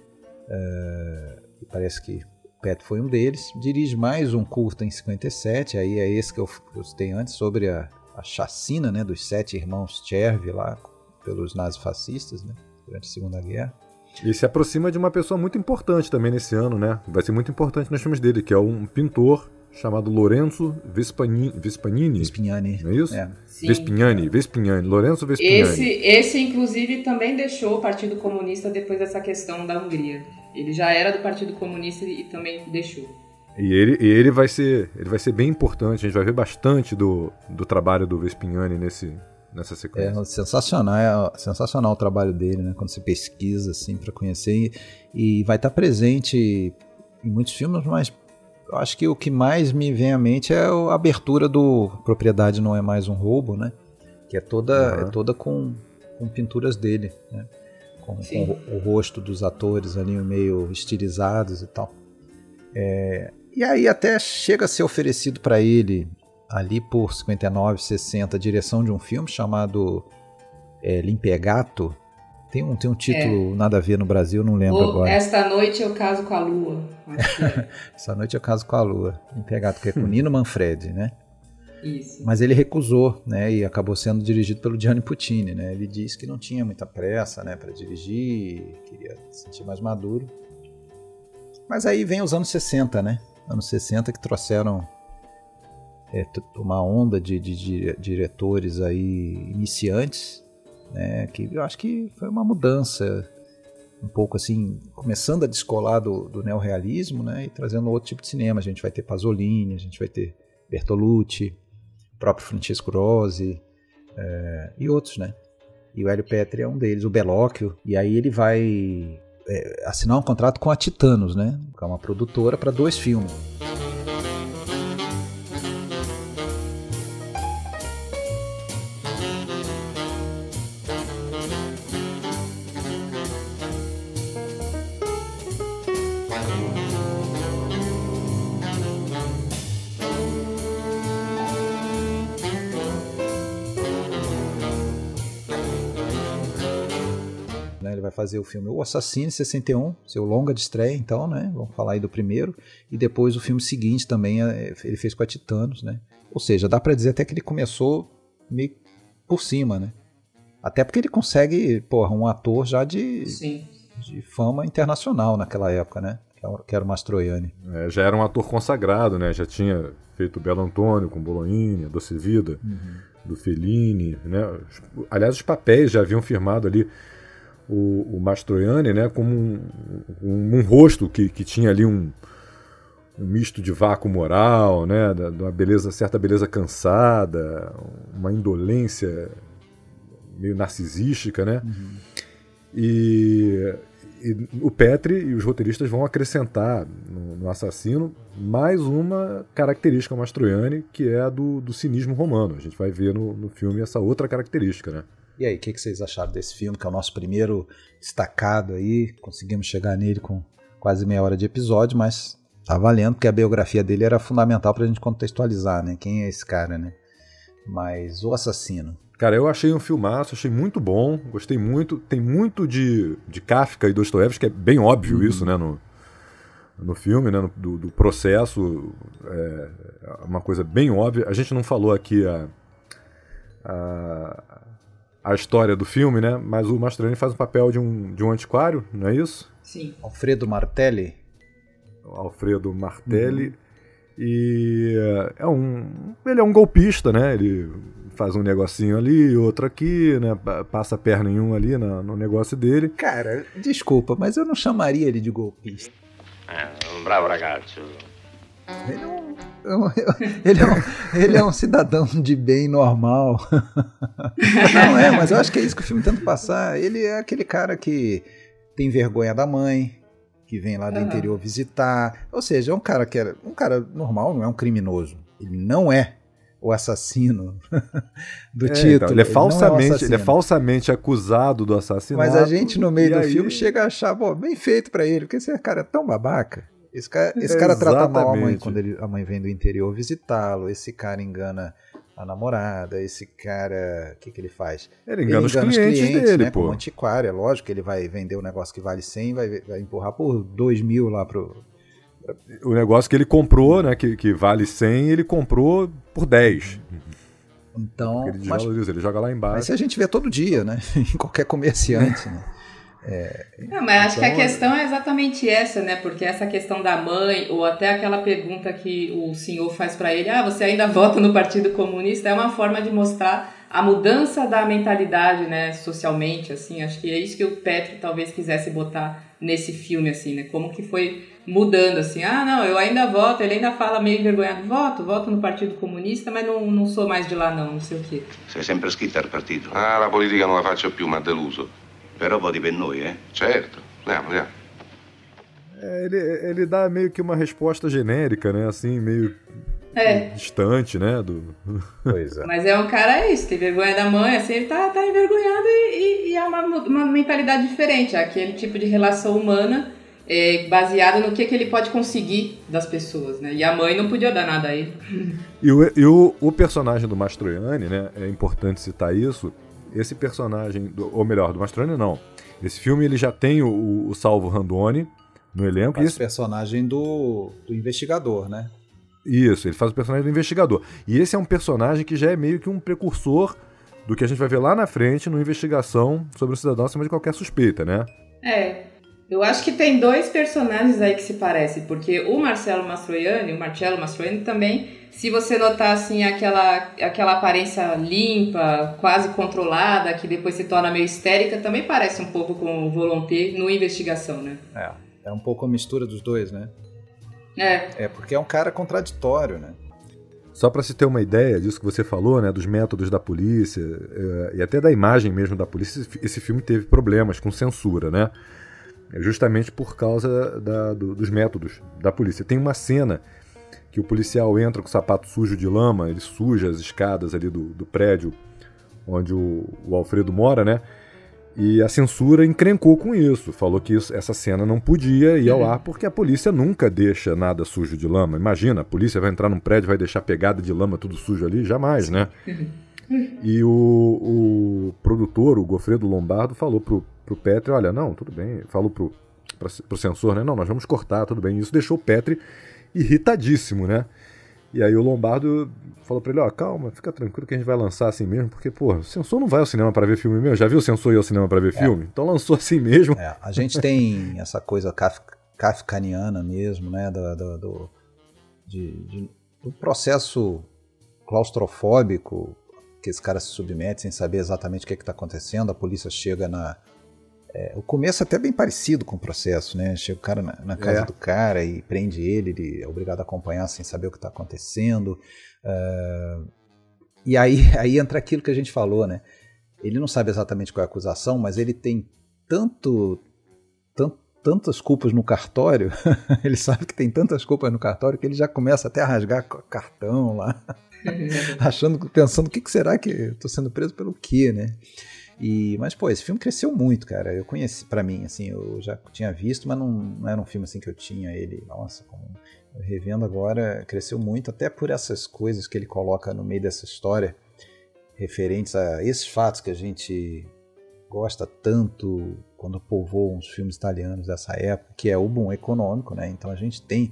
É... E parece que o Petri foi um deles. Dirige mais um curta em cinquenta e sete, aí é esse que eu, eu citei antes, sobre a, a chacina, né? Dos sete irmãos Cervi lá pelos nazifascistas, né? Durante a Segunda Guerra. E se aproxima de uma pessoa muito importante também nesse ano, né? Vai ser muito importante nos filmes dele, que é um pintor chamado Lorenzo Vespanini. Vespanini? Vespignani. Não é isso? É. Vespignani, Vespignani, Lorenzo Vespignani. Esse, esse, inclusive, também deixou o Partido Comunista depois dessa questão da Hungria. Ele já era do Partido Comunista e também deixou. E ele, e ele, vai, ser, ele vai ser bem importante, a gente vai ver bastante do, do trabalho do Vespignani nesse... nessa sequência. É sensacional, é sensacional o trabalho dele, né? Quando você pesquisa assim para conhecer, e, e vai estar presente em muitos filmes, mas eu acho que o que mais me vem à mente é a abertura do Propriedade Não É Mais Um Roubo, né? Que é toda, uhum. é toda com, com pinturas dele, né? Com, com o, o rosto dos atores ali meio estilizados e tal. É, e aí até chega a ser oferecido para ele ali por cinquenta e nove, sessenta, a direção de um filme chamado é, L'Impiegato. Tem um, tem um título é. nada a ver no Brasil, não lembro o, agora. Esta Noite Eu Caso com a Lua. É. Essa Noite Eu Caso com a Lua. L'Impiegato, que é com hum. Nino Manfredi, né? Isso. Mas ele recusou, né? E acabou sendo dirigido pelo Gianni Puccini, né? Ele disse que não tinha muita pressa, né, para dirigir, queria se sentir mais maduro. Mas aí vem os anos sessenta, né? Anos sessenta que trouxeram... É, uma onda de, de, de diretores aí iniciantes, né, que eu acho que foi uma mudança um pouco assim, começando a descolar do, do neorrealismo, né, e trazendo outro tipo de cinema. A gente vai ter Pasolini, a gente vai ter Bertolucci, o próprio Francesco Rosi é, e outros, né? E o Hélio Petri é um deles, o Bellocchio, e aí ele vai é, assinar um contrato com a Titanos, né, que é uma produtora para dois filmes. Ele vai fazer o filme O Assassino, em sessenta e um, seu longa de estreia, então, né? Vamos falar aí do primeiro. E depois o filme seguinte também ele fez com a Titanos, né? Ou seja, dá pra dizer até que ele começou meio por cima, né? Até porque ele consegue, porra, um ator já de, de fama internacional naquela época, né? Que era o Mastroianni. É, já era um ator consagrado, né? Já tinha feito Belo Antônio com Bolognini, Doce Vida, uhum. do Fellini, né? Aliás, os papéis já haviam firmado ali o, o Mastroianni, né, como um, um, um rosto que, que tinha ali um, um misto de vácuo moral, né, de uma beleza, certa beleza cansada, uma indolência meio narcisística, né? Uhum. E, e o Petri e os roteiristas vão acrescentar no, no Assassino mais uma característica Mastroianni, que é a do, do cinismo romano. A gente vai ver no, no filme essa outra característica, né? E aí, o que, que vocês acharam desse filme, que é o nosso primeiro destacado aí? Conseguimos chegar nele com quase meia hora de episódio, mas tá valendo, porque a biografia dele era fundamental pra gente contextualizar, né? Quem é esse cara, né? Mas O Assassino. Cara, eu achei um filmaço, achei muito bom, gostei muito. Tem muito de, de Kafka e Dostoiévski, que é bem óbvio uhum. isso, né? No, no filme, né? No, do, do processo, é uma coisa bem óbvia. A gente não falou aqui a... a a história do filme, né? Mas o Mastroianni faz o papel de um, de um antiquário, não é isso? Sim. Alfredo Martelli. Alfredo Martelli. Uhum. E é um, ele é um golpista, né? Ele faz um negocinho ali, outro aqui, né? Passa a perna em um ali no, no negócio dele. Cara, desculpa, mas eu não chamaria ele de golpista. Eh, un bravo ragazzo. Ele é um, ele é um, ele é um cidadão de bem normal. Não é, mas eu acho que é isso que o filme tenta passar. Ele é aquele cara que tem vergonha da mãe, que vem lá do uhum. interior visitar. Ou seja, é um cara que é um cara normal, não é um criminoso. Ele não é o assassino do é, título. Então, ele, é falsamente, ele, é ele é falsamente acusado do assassinato. Mas a gente, no meio do aí... filme, chega a achar, pô, bem feito pra ele, porque esse cara é tão babaca. Esse cara, esse cara trata mal a mãe quando ele, a mãe vem do interior visitá-lo. Esse cara engana a namorada. Esse cara, o que, que ele faz? Ele engana, ele engana os, clientes os clientes dele, né, pô. Como antiquário, é lógico que ele vai vender um negócio que vale cem, vai, vai empurrar por dois mil lá pro... O negócio que ele comprou, né, que, que vale cem, ele comprou por dez. Então, ele, mas, ele joga lá embaixo. Mas isso a gente vê todo dia, né? Em qualquer comerciante, né? É, não, mas acho então, que a questão é exatamente essa, né? Porque essa questão da mãe, ou até aquela pergunta que o senhor faz para ele, ah, você ainda vota no Partido Comunista, é uma forma de mostrar a mudança da mentalidade, né, socialmente, assim. Acho que é isso que o Petri talvez quisesse botar nesse filme, assim, né? Como que foi mudando, assim, ah, não, eu ainda voto, ele ainda fala meio envergonhado, voto, voto no Partido Comunista, mas não, não sou mais de lá, não, não sei o quê. Sei sempre iscritta al partito. Ah, la politica non la faccio più, ma deluso. Però voti per noi, eh? Certo. Andiamo, andiamo. É, ele, ele dá meio que uma resposta genérica, né? Assim, meio é. distante, né? Do... Pois é. Mas é um cara, é isso, tem vergonha da mãe, assim, ele tá, tá envergonhado e, e é uma, uma mentalidade diferente. Aquele tipo de relação humana é, baseada no que, que ele pode conseguir das pessoas, né? E a mãe não podia dar nada a ele. E o, e o, o personagem do Mastroianni, né? É importante citar isso. Esse personagem, do, ou melhor, do Mastroianni não. Esse filme ele já tem o, o Salvo Randoni no elenco. Faz esse... o personagem do, do investigador, né? Isso, ele faz o personagem do investigador. E esse é um personagem que já é meio que um precursor do que a gente vai ver lá na frente numa investigação sobre o cidadão acima de qualquer suspeita, né? É, eu acho que tem dois personagens aí que se parecem, porque o Marcello Mastroianni, o Marcello Mastroianni também, se você notar assim aquela, aquela aparência limpa, quase controlada, que depois se torna meio histérica, também parece um pouco com o Volonté no Investigação, né? É, é um pouco a mistura dos dois, né? É. É, porque é um cara contraditório, né? Só para se ter uma ideia disso que você falou, né, dos métodos da polícia é, e até da imagem mesmo da polícia, esse filme teve problemas com censura, né? Justamente por causa da, do, dos métodos da polícia. Tem uma cena que o policial entra com o sapato sujo de lama, ele suja as escadas ali do, do prédio onde o, o Alfredo mora, né? E a censura encrencou com isso, falou que isso, essa cena não podia ir ao ar porque a polícia nunca deixa nada sujo de lama. Imagina, a polícia vai entrar num prédio e vai deixar pegada de lama tudo sujo ali? Jamais, né? E o, o produtor, o Goffredo Lombardo, falou pro, pro Petri, olha, não, tudo bem, falou pro, pra, pro censor, né? Não, nós vamos cortar, tudo bem. E isso deixou o Petri irritadíssimo, né? E aí o Lombardo falou pra ele, ó, calma, fica tranquilo que a gente vai lançar assim mesmo, porque, pô, o censor não vai ao cinema pra ver filme mesmo, já viu o censor ir ao cinema pra ver é. filme? Então lançou assim mesmo. É, a gente tem essa coisa kaf, kafkaniana mesmo, né, do, do, do, de, de, do processo claustrofóbico que esse cara se submete sem saber exatamente o que é que tá acontecendo, a polícia chega na... É, o começo é até bem parecido com o processo, né? Chega o cara na, na casa é. do cara e prende ele, ele é obrigado a acompanhar sem saber o que está acontecendo. Uh, e aí, aí entra aquilo que a gente falou, né? Ele não sabe exatamente qual é a acusação, mas ele tem tanto, tanto, tantas culpas no cartório, ele sabe que tem tantas culpas no cartório que ele já começa até a rasgar cartão lá, achando, pensando o que, que será que eu estou sendo preso pelo quê, né? E, mas, pô, esse filme cresceu muito, cara. Eu conheci, pra mim, assim, eu já tinha visto, mas não, não era um filme assim que eu tinha ele. Nossa, como, revendo agora, cresceu muito, até por essas coisas que ele coloca no meio dessa história, referentes a esses fatos que a gente gosta tanto quando povoam os filmes italianos dessa época, que é o boom econômico, né? Então a gente tem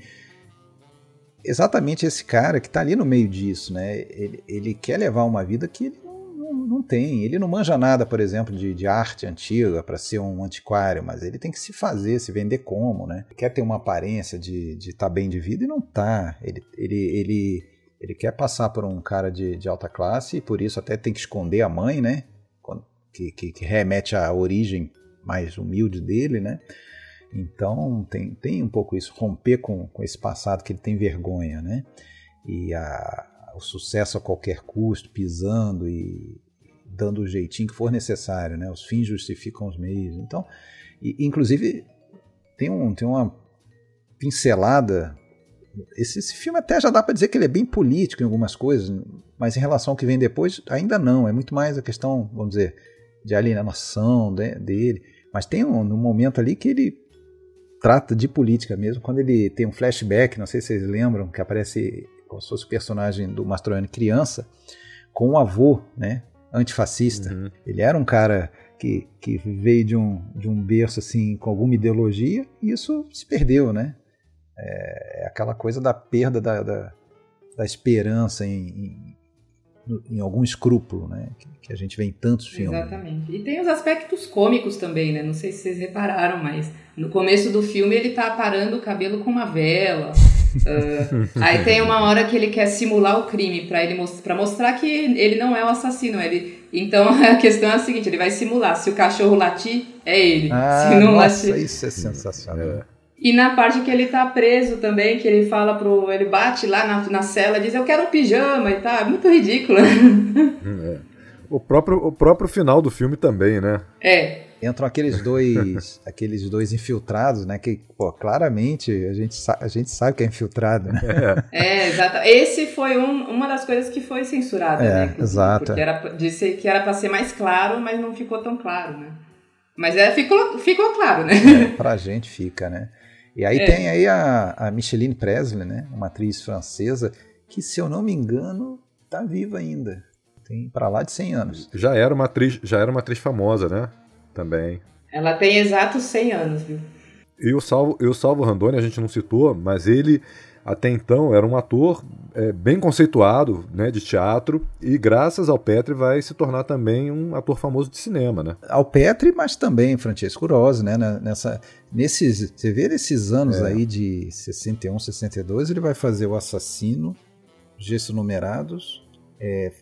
exatamente esse cara que tá ali no meio disso, né? Ele, ele quer levar uma vida que ele não tem, ele não manja nada, por exemplo, de, de arte antiga para ser um antiquário, mas ele tem que se fazer, se vender como, né? Ele quer ter uma aparência de estar tá bem de vida e não tá. Ele, ele, ele, ele quer passar por um cara de, de alta classe e por isso até tem que esconder a mãe, né? Que, que, que remete à origem mais humilde dele, né? Então tem, tem um pouco isso, romper com, com esse passado que ele tem vergonha, né? E a, o sucesso a qualquer custo, pisando e dando o jeitinho que for necessário, né? Os fins justificam os meios. Então, e, inclusive, tem, um, tem uma pincelada. Esse, esse filme até já dá para dizer que ele é bem político em algumas coisas, mas em relação ao que vem depois, ainda não. É muito mais a questão, vamos dizer, de alienação de, dele. Mas tem um, um momento ali que ele trata de política mesmo, quando ele tem um flashback, não sei se vocês lembram, que aparece como se fosse o personagem do Mastroianni criança, com o avô, né, antifascista. Uhum. Ele era um cara que, que veio de um, de um berço assim, com alguma ideologia, e isso se perdeu, né? É aquela coisa da perda da, da, da esperança em, em, em algum escrúpulo, né? Que, que a gente vê em tantos filmes. Exatamente. E tem os aspectos cômicos também, né? Não sei se vocês repararam, mas no começo do filme ele tá aparando o cabelo com uma vela. uh, aí tem uma hora que ele quer simular o crime para ele para mostrar que ele não é o assassino. Ele, então a questão é a seguinte: ele vai simular. Se o cachorro latir, é ele. Ah, se não nossa, latir... isso é sensacional. É. E na parte que ele tá preso também, que ele fala pro. Ele bate lá na, na cela e diz: eu quero um pijama e tal. É muito ridículo. É. O próprio, o próprio final do filme também, né? É. Entram aqueles dois, aqueles dois infiltrados, né? Que, pô, claramente a gente, a gente sabe que é infiltrado, né? É, é exato. Esse foi um, uma das coisas que foi censurada, é, né? Exato. Porque era, disse que era para ser mais claro, mas não ficou tão claro, né? Mas é, ficou, ficou claro, né? É, pra gente fica, né? E aí é. tem aí a, a Micheline Presley, né? Uma atriz francesa que, se eu não me engano, tá viva ainda. Tem pra lá de cem anos. Já era uma atriz, já era uma atriz famosa, né? Também. Ela tem exatos cem anos, viu? E o Salvo, e o Salvo Randoni, a gente não citou, mas ele, até então, era um ator é, bem conceituado, né, de teatro, e graças ao Petri vai se tornar também um ator famoso de cinema, né? Ao Petri, mas também Francesco Rosi, né? Nessa, nesses, você vê esses anos é. aí de sessenta e um, sessenta e dois, ele vai fazer O Assassino, Gestos Numerados, é,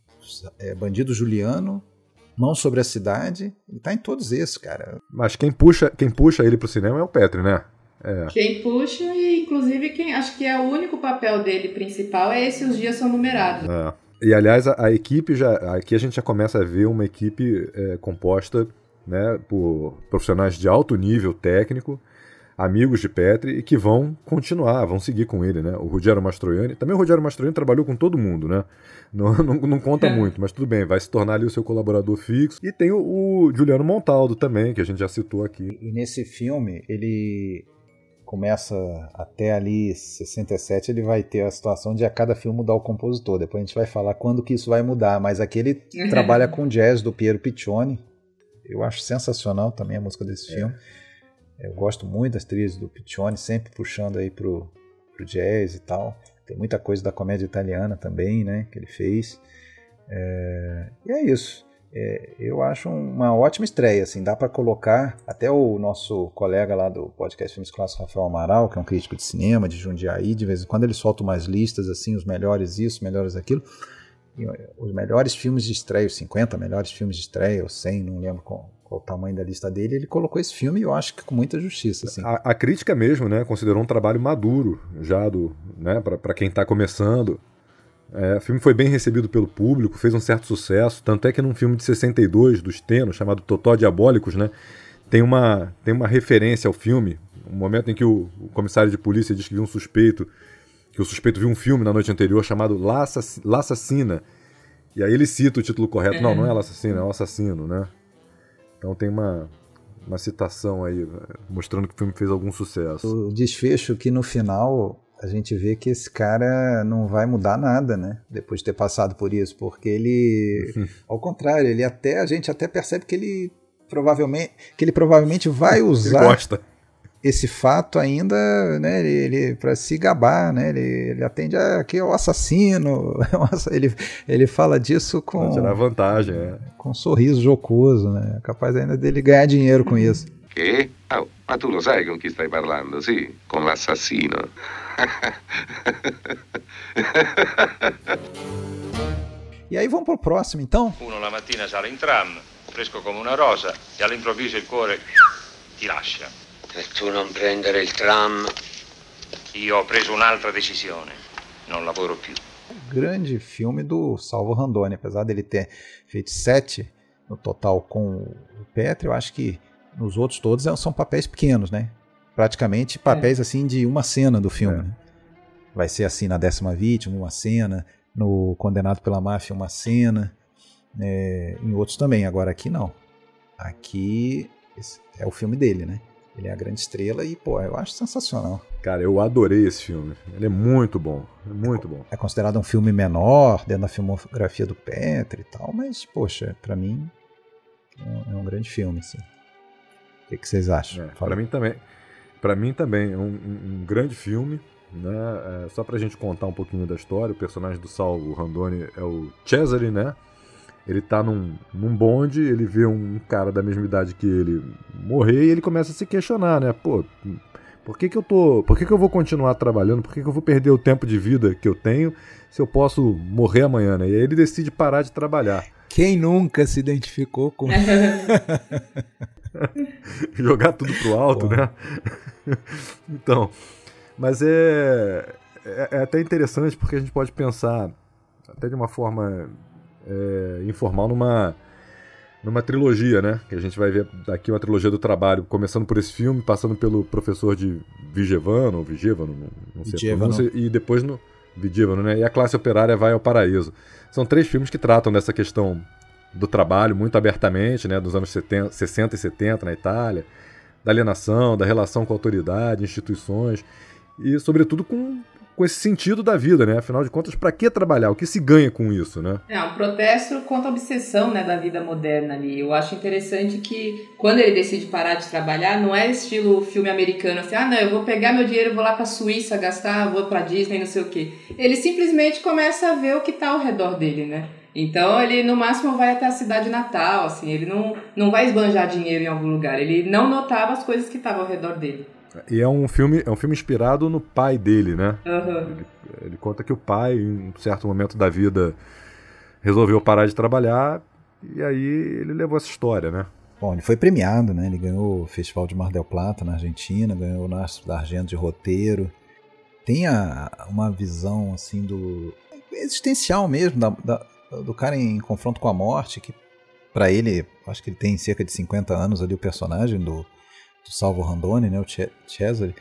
é, Bandido Juliano, Mão Sobre a Cidade, ele tá em todos esses, cara. Mas quem puxa, quem puxa ele pro cinema é o Petri, né? É. Quem puxa e, inclusive, quem acho que é o único papel dele principal é esse Os Dias São Numerados. É. E, aliás, a, a equipe já... Aqui a gente já começa a ver uma equipe é, composta, né, por profissionais de alto nível técnico, amigos de Petri, e que vão continuar, vão seguir com ele, né? O Ruggero Mastroianni... Também o Ruggero Mastroianni trabalhou com todo mundo, né? Não, não, não conta muito, mas tudo bem, vai se tornar ali o seu colaborador fixo. E tem o, o Juliano Montaldo também, que a gente já citou aqui. E nesse filme, ele começa até ali sessenta e sete, ele vai ter a situação de a cada filme mudar o compositor. Depois a gente vai falar quando que isso vai mudar, mas aqui ele trabalha com jazz do Piero Piccioni. Eu acho sensacional também a música desse é. filme. Eu gosto muito das trilhas do Piccioni, sempre puxando aí pro, pro jazz e tal. Tem muita coisa da comédia italiana também, né, que ele fez. É, e é isso. É, eu acho uma ótima estreia, assim, dá para colocar até o nosso colega lá do podcast Filmes Clássicos, Rafael Amaral, que é um crítico de cinema, de Jundiaí, de vez em quando ele solta umas listas, assim, os melhores isso, os melhores aquilo, e os melhores filmes de estreia, os cinquenta melhores filmes de estreia, ou cem, não lembro qual, qual o tamanho da lista dele, ele colocou esse filme e eu acho que com muita justiça, assim. A, a crítica mesmo, né, considerou um trabalho maduro, já do, né, para quem está começando. É, o filme foi bem recebido pelo público, fez um certo sucesso, tanto é que num filme de sessenta e dois, do Steno, chamado Totó Diabólicos, né, tem, uma, tem uma referência ao filme, um momento em que o, o comissário de polícia diz que viu um suspeito, que o suspeito viu um filme na noite anterior chamado La Assassina, e aí ele cita o título correto, é. não, não é La Assassina, é o Assassino, né, então tem uma, uma citação aí, mostrando que o filme fez algum sucesso. O desfecho que no final... a gente vê que esse cara não vai mudar nada, né? Depois de ter passado por isso, porque ele, ao contrário, ele até a gente até percebe que ele provavelmente que ele provavelmente vai usar ele gosta. esse fato ainda, né? Ele, ele para se gabar, né? Ele, ele atende a, aqui é o assassino, ele ele fala disso com pra tirar vantagem, é. com um sorriso jocoso, né? É capaz ainda dele ganhar dinheiro com isso. Che? Oh, ma tu lo sai con chi stai parlando, sì? Con l'assassino. E aí vamos pro próximo, então? Uno la mattina sale in tram, fresco come una rosa, e all'improvviso il cuore ti lascia. E tu non prendere il tram? Io ho preso un'altra decisione. Non lavoro più. Grande filme do Salvo Randoni, apesar dele ter feito sete no total com o Petri, eu acho que nos outros todos são papéis pequenos, né? Praticamente papéis é. assim de uma cena do filme. É. Né? Vai ser assim na Décima Vítima, uma cena, no Condenado pela Máfia, uma cena, é, em outros também. Agora aqui não. Aqui é o filme dele, né? Ele é a grande estrela e, pô, eu acho sensacional. Cara, eu adorei esse filme. Ele é muito bom, é muito bom. É considerado um filme menor, dentro da filmografia do Petri e tal, mas, poxa, pra mim é um grande filme, assim. O que, que vocês acham? É, pra mim também. Pra mim também é um, um, um grande filme, né? É, só pra gente contar um pouquinho da história, o personagem do Salvo Randoni é o Cesare, né? Ele tá num, num bonde, ele vê um cara da mesma idade que ele morrer e ele começa a se questionar, né? Pô, por que que eu tô, por que que eu vou continuar trabalhando? Por que que eu vou perder o tempo de vida que eu tenho se eu posso morrer amanhã, né? E aí ele decide parar de trabalhar. Quem nunca se identificou com... Jogar tudo pro alto, Pô. né? Então, mas é, é, é até interessante porque a gente pode pensar até de uma forma... É, informal numa, numa trilogia, né? Que a gente vai ver aqui uma trilogia do trabalho, começando por esse filme, passando pelo Professor de Vigevano, ou Vigevano, não, não sei a pronúncia, e depois no Vigevano, né? E A Classe Operária Vai ao Paraíso. São três filmes que tratam dessa questão do trabalho muito abertamente, né? Dos anos setenta, sessenta e setenta na Itália, da alienação, da relação com a autoridade, instituições, e sobretudo com com esse sentido da vida, né? Afinal de contas, para que trabalhar? O que se ganha com isso, né? É um protesto contra a obsessão, né, da vida moderna ali. Eu acho interessante que quando ele decide parar de trabalhar, não é estilo filme americano, assim, ah, não, eu vou pegar meu dinheiro, vou lá pra Suíça gastar, vou pra Disney, não sei o quê. Ele simplesmente começa a ver o que tá ao redor dele, né? Então ele no máximo vai até a cidade natal, assim, ele não, não vai esbanjar dinheiro em algum lugar, ele não notava as coisas que estavam ao redor dele. E é um filme, é um filme inspirado no pai dele, né? Uhum. Ele, ele conta que o pai, em um certo momento da vida, resolveu parar de trabalhar e aí ele levou essa história, né? Bom, ele foi premiado, né? Ele ganhou o Festival de Mar del Plata na Argentina, ganhou o Nastro d'Argento de roteiro. Tem a, uma visão, assim, do existencial mesmo, da, da, do cara em confronto com a morte, que pra ele, acho que ele tem cerca de cinquenta anos ali, o personagem do... do Salvo Randoni, né, o Cesare,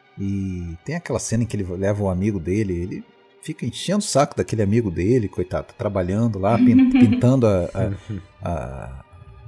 e tem aquela cena em que ele leva o amigo dele, ele fica enchendo o saco daquele amigo dele, coitado, tá trabalhando lá, pintando a, a, a,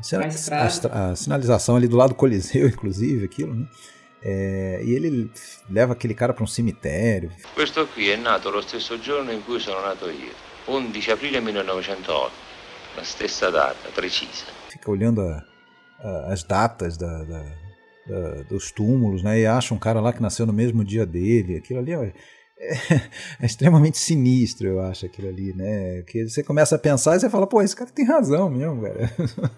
a, a, a sinalização ali do lado do Coliseu, inclusive, aquilo, né, é, e ele leva aquele cara para um cemitério. Questo qui è nato lo stesso giorno in cui sono nato io, undici aprile millenovecentotto, la stessa data, precisa. Fica olhando a, a, as datas da, da Da, dos túmulos, né? E acha um cara lá que nasceu no mesmo dia dele. Aquilo ali é, é, é extremamente sinistro, eu acho, aquilo ali, né? Que você começa a pensar e você fala, pô, esse cara tem razão mesmo, cara.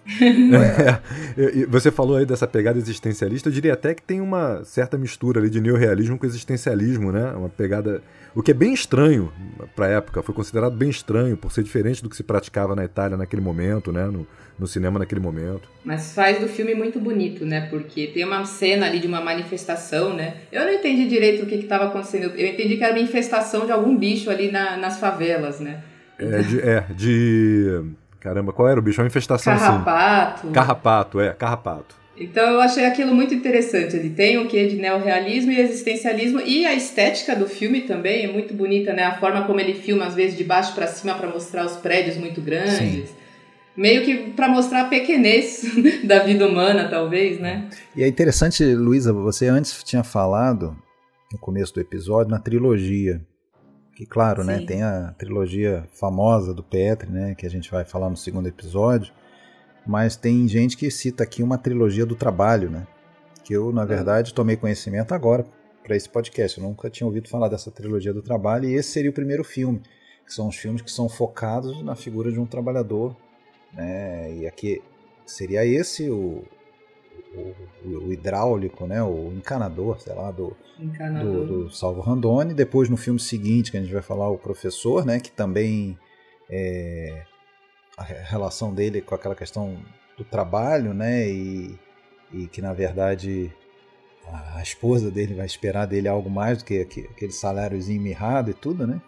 É, você falou aí dessa pegada existencialista, eu diria até que tem uma certa mistura ali de neorrealismo com existencialismo, né? Uma pegada... O que é bem estranho para a época, foi considerado bem estranho por ser diferente do que se praticava na Itália naquele momento, né? No, no cinema naquele momento. Mas faz do filme muito bonito, né? Porque tem uma cena ali de uma manifestação, né? Eu não entendi direito o que estava acontecendo. Eu entendi que era uma infestação de algum bicho ali na, nas favelas, né? É de, é, de... Caramba, qual era o bicho? Uma infestação, Carrapato. Sim. Carrapato, é, carrapato. Então eu achei aquilo muito interessante. Ele tem um quê de neorrealismo e existencialismo, e a estética do filme também é muito bonita, né? A forma como ele filma, às vezes, de baixo para cima para mostrar os prédios muito grandes. Sim. Meio que para mostrar a pequenez da vida humana, talvez, né? E é interessante, Luísa, você antes tinha falado, no começo do episódio, na trilogia. Que, claro, né, tem a trilogia famosa do Petri, né, que a gente vai falar no segundo episódio, mas tem gente que cita aqui uma trilogia do trabalho, né, que eu, na verdade, tomei conhecimento agora para esse podcast. Eu nunca tinha ouvido falar dessa trilogia do trabalho, e esse seria o primeiro filme, que são os filmes que são focados na figura de um trabalhador, né, e aqui seria esse o, o, o hidráulico, né, o encanador, sei lá, do, do, do Salvo Randoni. Depois, no filme seguinte, que a gente vai falar, o professor, né, que também é, a relação dele com aquela questão do trabalho, né, e, e que na verdade a esposa dele vai esperar dele algo mais do que aquele saláriozinho mirrado e tudo, né?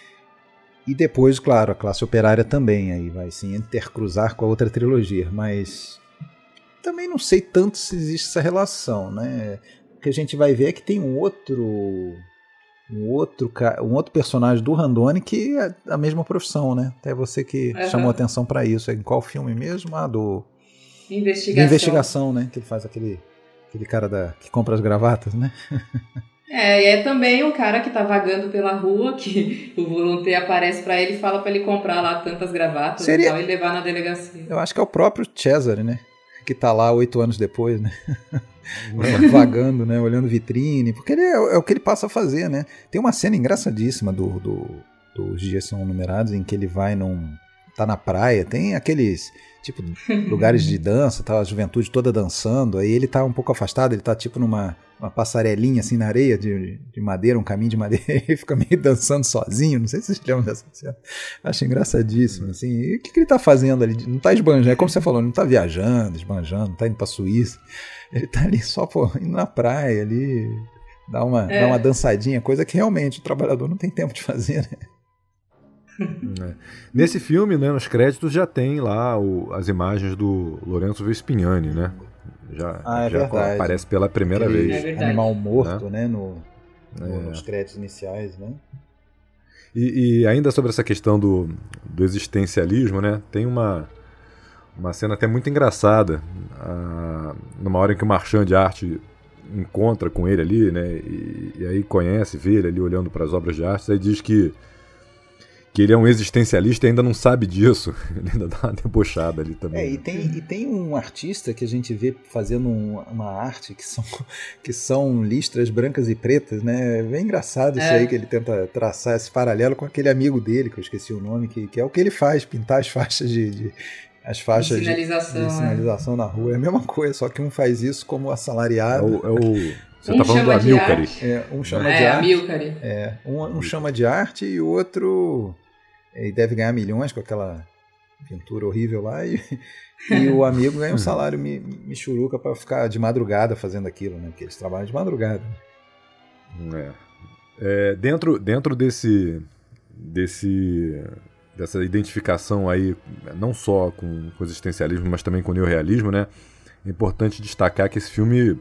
E depois, claro, a classe operária também aí vai se intercruzar com a outra trilogia, mas também não sei tanto se existe essa relação, né? O que a gente vai ver é que tem um outro um outro, um outro personagem do Randone que é a mesma profissão, né? Até você que uhum. chamou atenção para isso. É em qual filme mesmo? Ah, do... Investigação. Investigação, né? Que ele faz aquele, aquele cara da, que compra as gravatas, né? É, e é também um cara que tá vagando pela rua, que o voluntário aparece pra ele e fala pra ele comprar lá tantas gravatas Seria... e tal, e levar na delegacia. Eu acho que é o próprio Cesare, né? Que tá lá oito anos depois, né? Vagando, né? Olhando vitrine, porque ele é, é o que ele passa a fazer, né? Tem uma cena engraçadíssima do, do, do Os Dias São Numerados, em que ele vai num... tá na praia, tem aqueles... tipo, lugares de dança, tá a juventude toda dançando, aí ele tá um pouco afastado, ele tá tipo numa uma passarelinha assim na areia de, de madeira, um caminho de madeira, e fica meio dançando sozinho, não sei se vocês lembram dessa cena. Acho engraçadíssimo, assim, e o que, que ele tá fazendo ali? Não tá esbanjando, é como você falou, não tá viajando, esbanjando, não tá indo pra Suíça, ele tá ali só, pô, indo na praia ali, dá uma, é. dá uma dançadinha, coisa que realmente o trabalhador não tem tempo de fazer, né? É. Nesse filme, né, nos créditos já tem lá o, as imagens do Lorenzo Vespignani, né? Já, ah, é já aparece pela primeira Aquele vez. É animal morto, né? né? No, no, é. Nos créditos iniciais, né? E, e ainda sobre essa questão do, do existencialismo, né? Tem uma, uma cena até muito engraçada, a, numa hora em que o marchand de arte encontra com ele ali, né? E, e aí conhece, vê ele ali olhando para as obras de arte, aí diz que que ele é um existencialista e ainda não sabe disso. Ele ainda dá uma debochada ali também. É, e tem, e tem um artista que a gente vê fazendo um, uma arte que são, que são listras brancas e pretas, né? É bem engraçado isso é. aí, que ele tenta traçar esse paralelo com aquele amigo dele, que eu esqueci o nome, que, que é o que ele faz, pintar as faixas de... de as faixas de sinalização, de, de sinalização é. na rua. É a mesma coisa, só que um faz isso como assalariado. É o... É o... Você um tá falando do Amilcari. É, um chama é, de arte. Amilcari. É, um, um chama de arte e o outro... Ele deve ganhar milhões com aquela pintura horrível lá e, e o amigo ganha um salário michuruca para ficar de madrugada fazendo aquilo, né? Porque eles trabalham de madrugada. É. É, dentro dentro desse, desse, dessa identificação aí, não só com, com o existencialismo, mas também com o neorrealismo, né? É importante destacar que esse filme,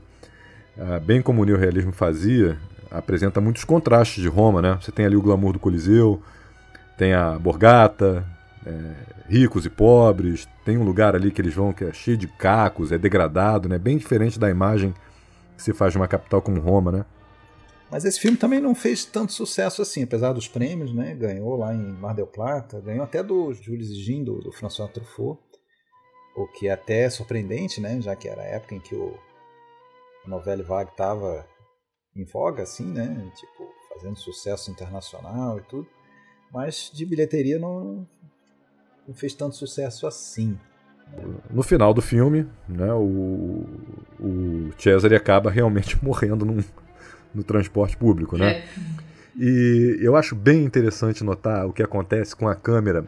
bem como o neorrealismo fazia, apresenta muitos contrastes de Roma, né? Você tem ali o glamour do Coliseu, tem a Borgata, é, ricos e pobres, tem um lugar ali que eles vão que é cheio de cacos, é degradado, né? Bem diferente da imagem que se faz de uma capital como Roma, né? Mas esse filme também não fez tanto sucesso assim, apesar dos prêmios, né? Ganhou lá em Mar del Plata, ganhou até do Jules Gin, do, do François Truffaut, o que é até surpreendente, né? Já que era a época em que o a Nouvelle Vague estava em voga, assim, né? Tipo, fazendo sucesso internacional e tudo. Mas de bilheteria não, não fez tanto sucesso assim. No final do filme, né, o, o Cesare acaba realmente morrendo num, no transporte público, né? É. E eu acho bem interessante notar o que acontece com a câmera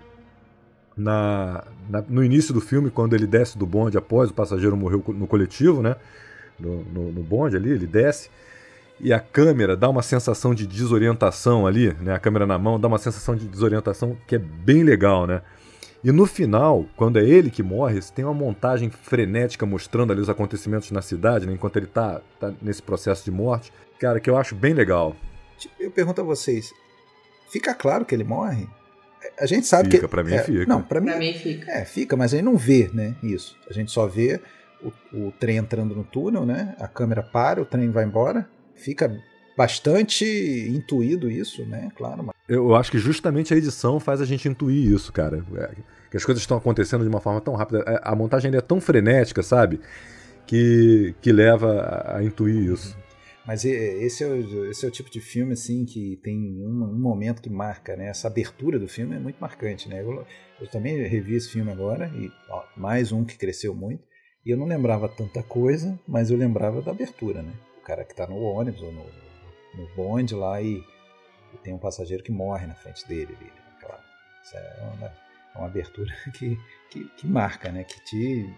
na, na, no início do filme, quando ele desce do bonde após o passageiro morreu no coletivo, né? No, no, no bonde ali, ele desce. E a câmera dá uma sensação de desorientação ali, né? A câmera na mão dá uma sensação de desorientação que é bem legal, né? E no final, quando é ele que morre, você tem uma montagem frenética mostrando ali os acontecimentos na cidade, né? Enquanto ele tá, tá nesse processo de morte. Cara, que eu acho bem legal. Eu pergunto a vocês, fica claro que ele morre? A gente sabe fica, que... Pra mim é, fica. Não, pra mim, pra mim fica. É, fica, mas a gente não vê, né, isso. A gente só vê o, o trem entrando no túnel, né? A câmera para, o trem vai embora. Fica bastante intuído isso, né? Claro. Mas... Eu acho que justamente a edição faz a gente intuir isso, cara. É, que as coisas estão acontecendo de uma forma tão rápida. A montagem ainda é tão frenética, sabe? Que, que leva a, a intuir isso. Mas esse é, o, esse é o tipo de filme, assim, que tem um, um momento que marca, né? Essa abertura do filme é muito marcante, né? Eu, eu também revi esse filme agora, e ó, mais um que cresceu muito. E eu não lembrava tanta coisa, mas eu lembrava da abertura, né? O cara que está no ônibus ou no, no bonde lá e, e tem um passageiro que morre na frente dele. dele aquela, isso é uma, uma abertura que, que, que marca, né? Que te,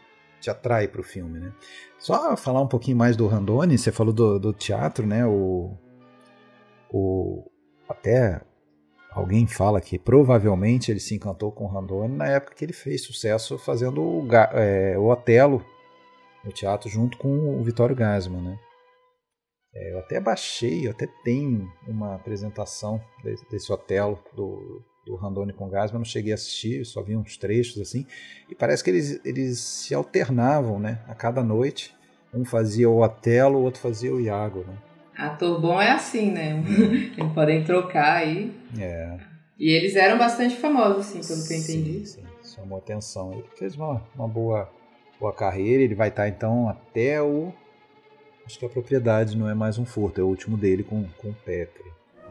te atrai para o filme, né? Só falar um pouquinho mais do Randone, você falou do, do teatro, né? O, o, até alguém fala que provavelmente ele se encantou com o Randone na época que ele fez sucesso fazendo o, é, o Otelo no teatro junto com o Vittorio Gassman, né? É, eu até baixei, eu até tenho uma apresentação desse, desse Otelo do, do Randone com Gassman, não cheguei a assistir, só vi uns trechos assim, e parece que eles, eles se alternavam, né? A cada noite, um fazia o Otelo, o outro fazia o Iago, né? Ator bom é assim, né? Eles podem trocar aí. É. E eles eram bastante famosos, assim, pelo que eu entendi. Sim, sim, chamou atenção. Ele fez uma, uma boa, boa carreira, ele vai estar então até o... Acho que a Propriedade não é mais um furto, é o último dele com, com o Petri.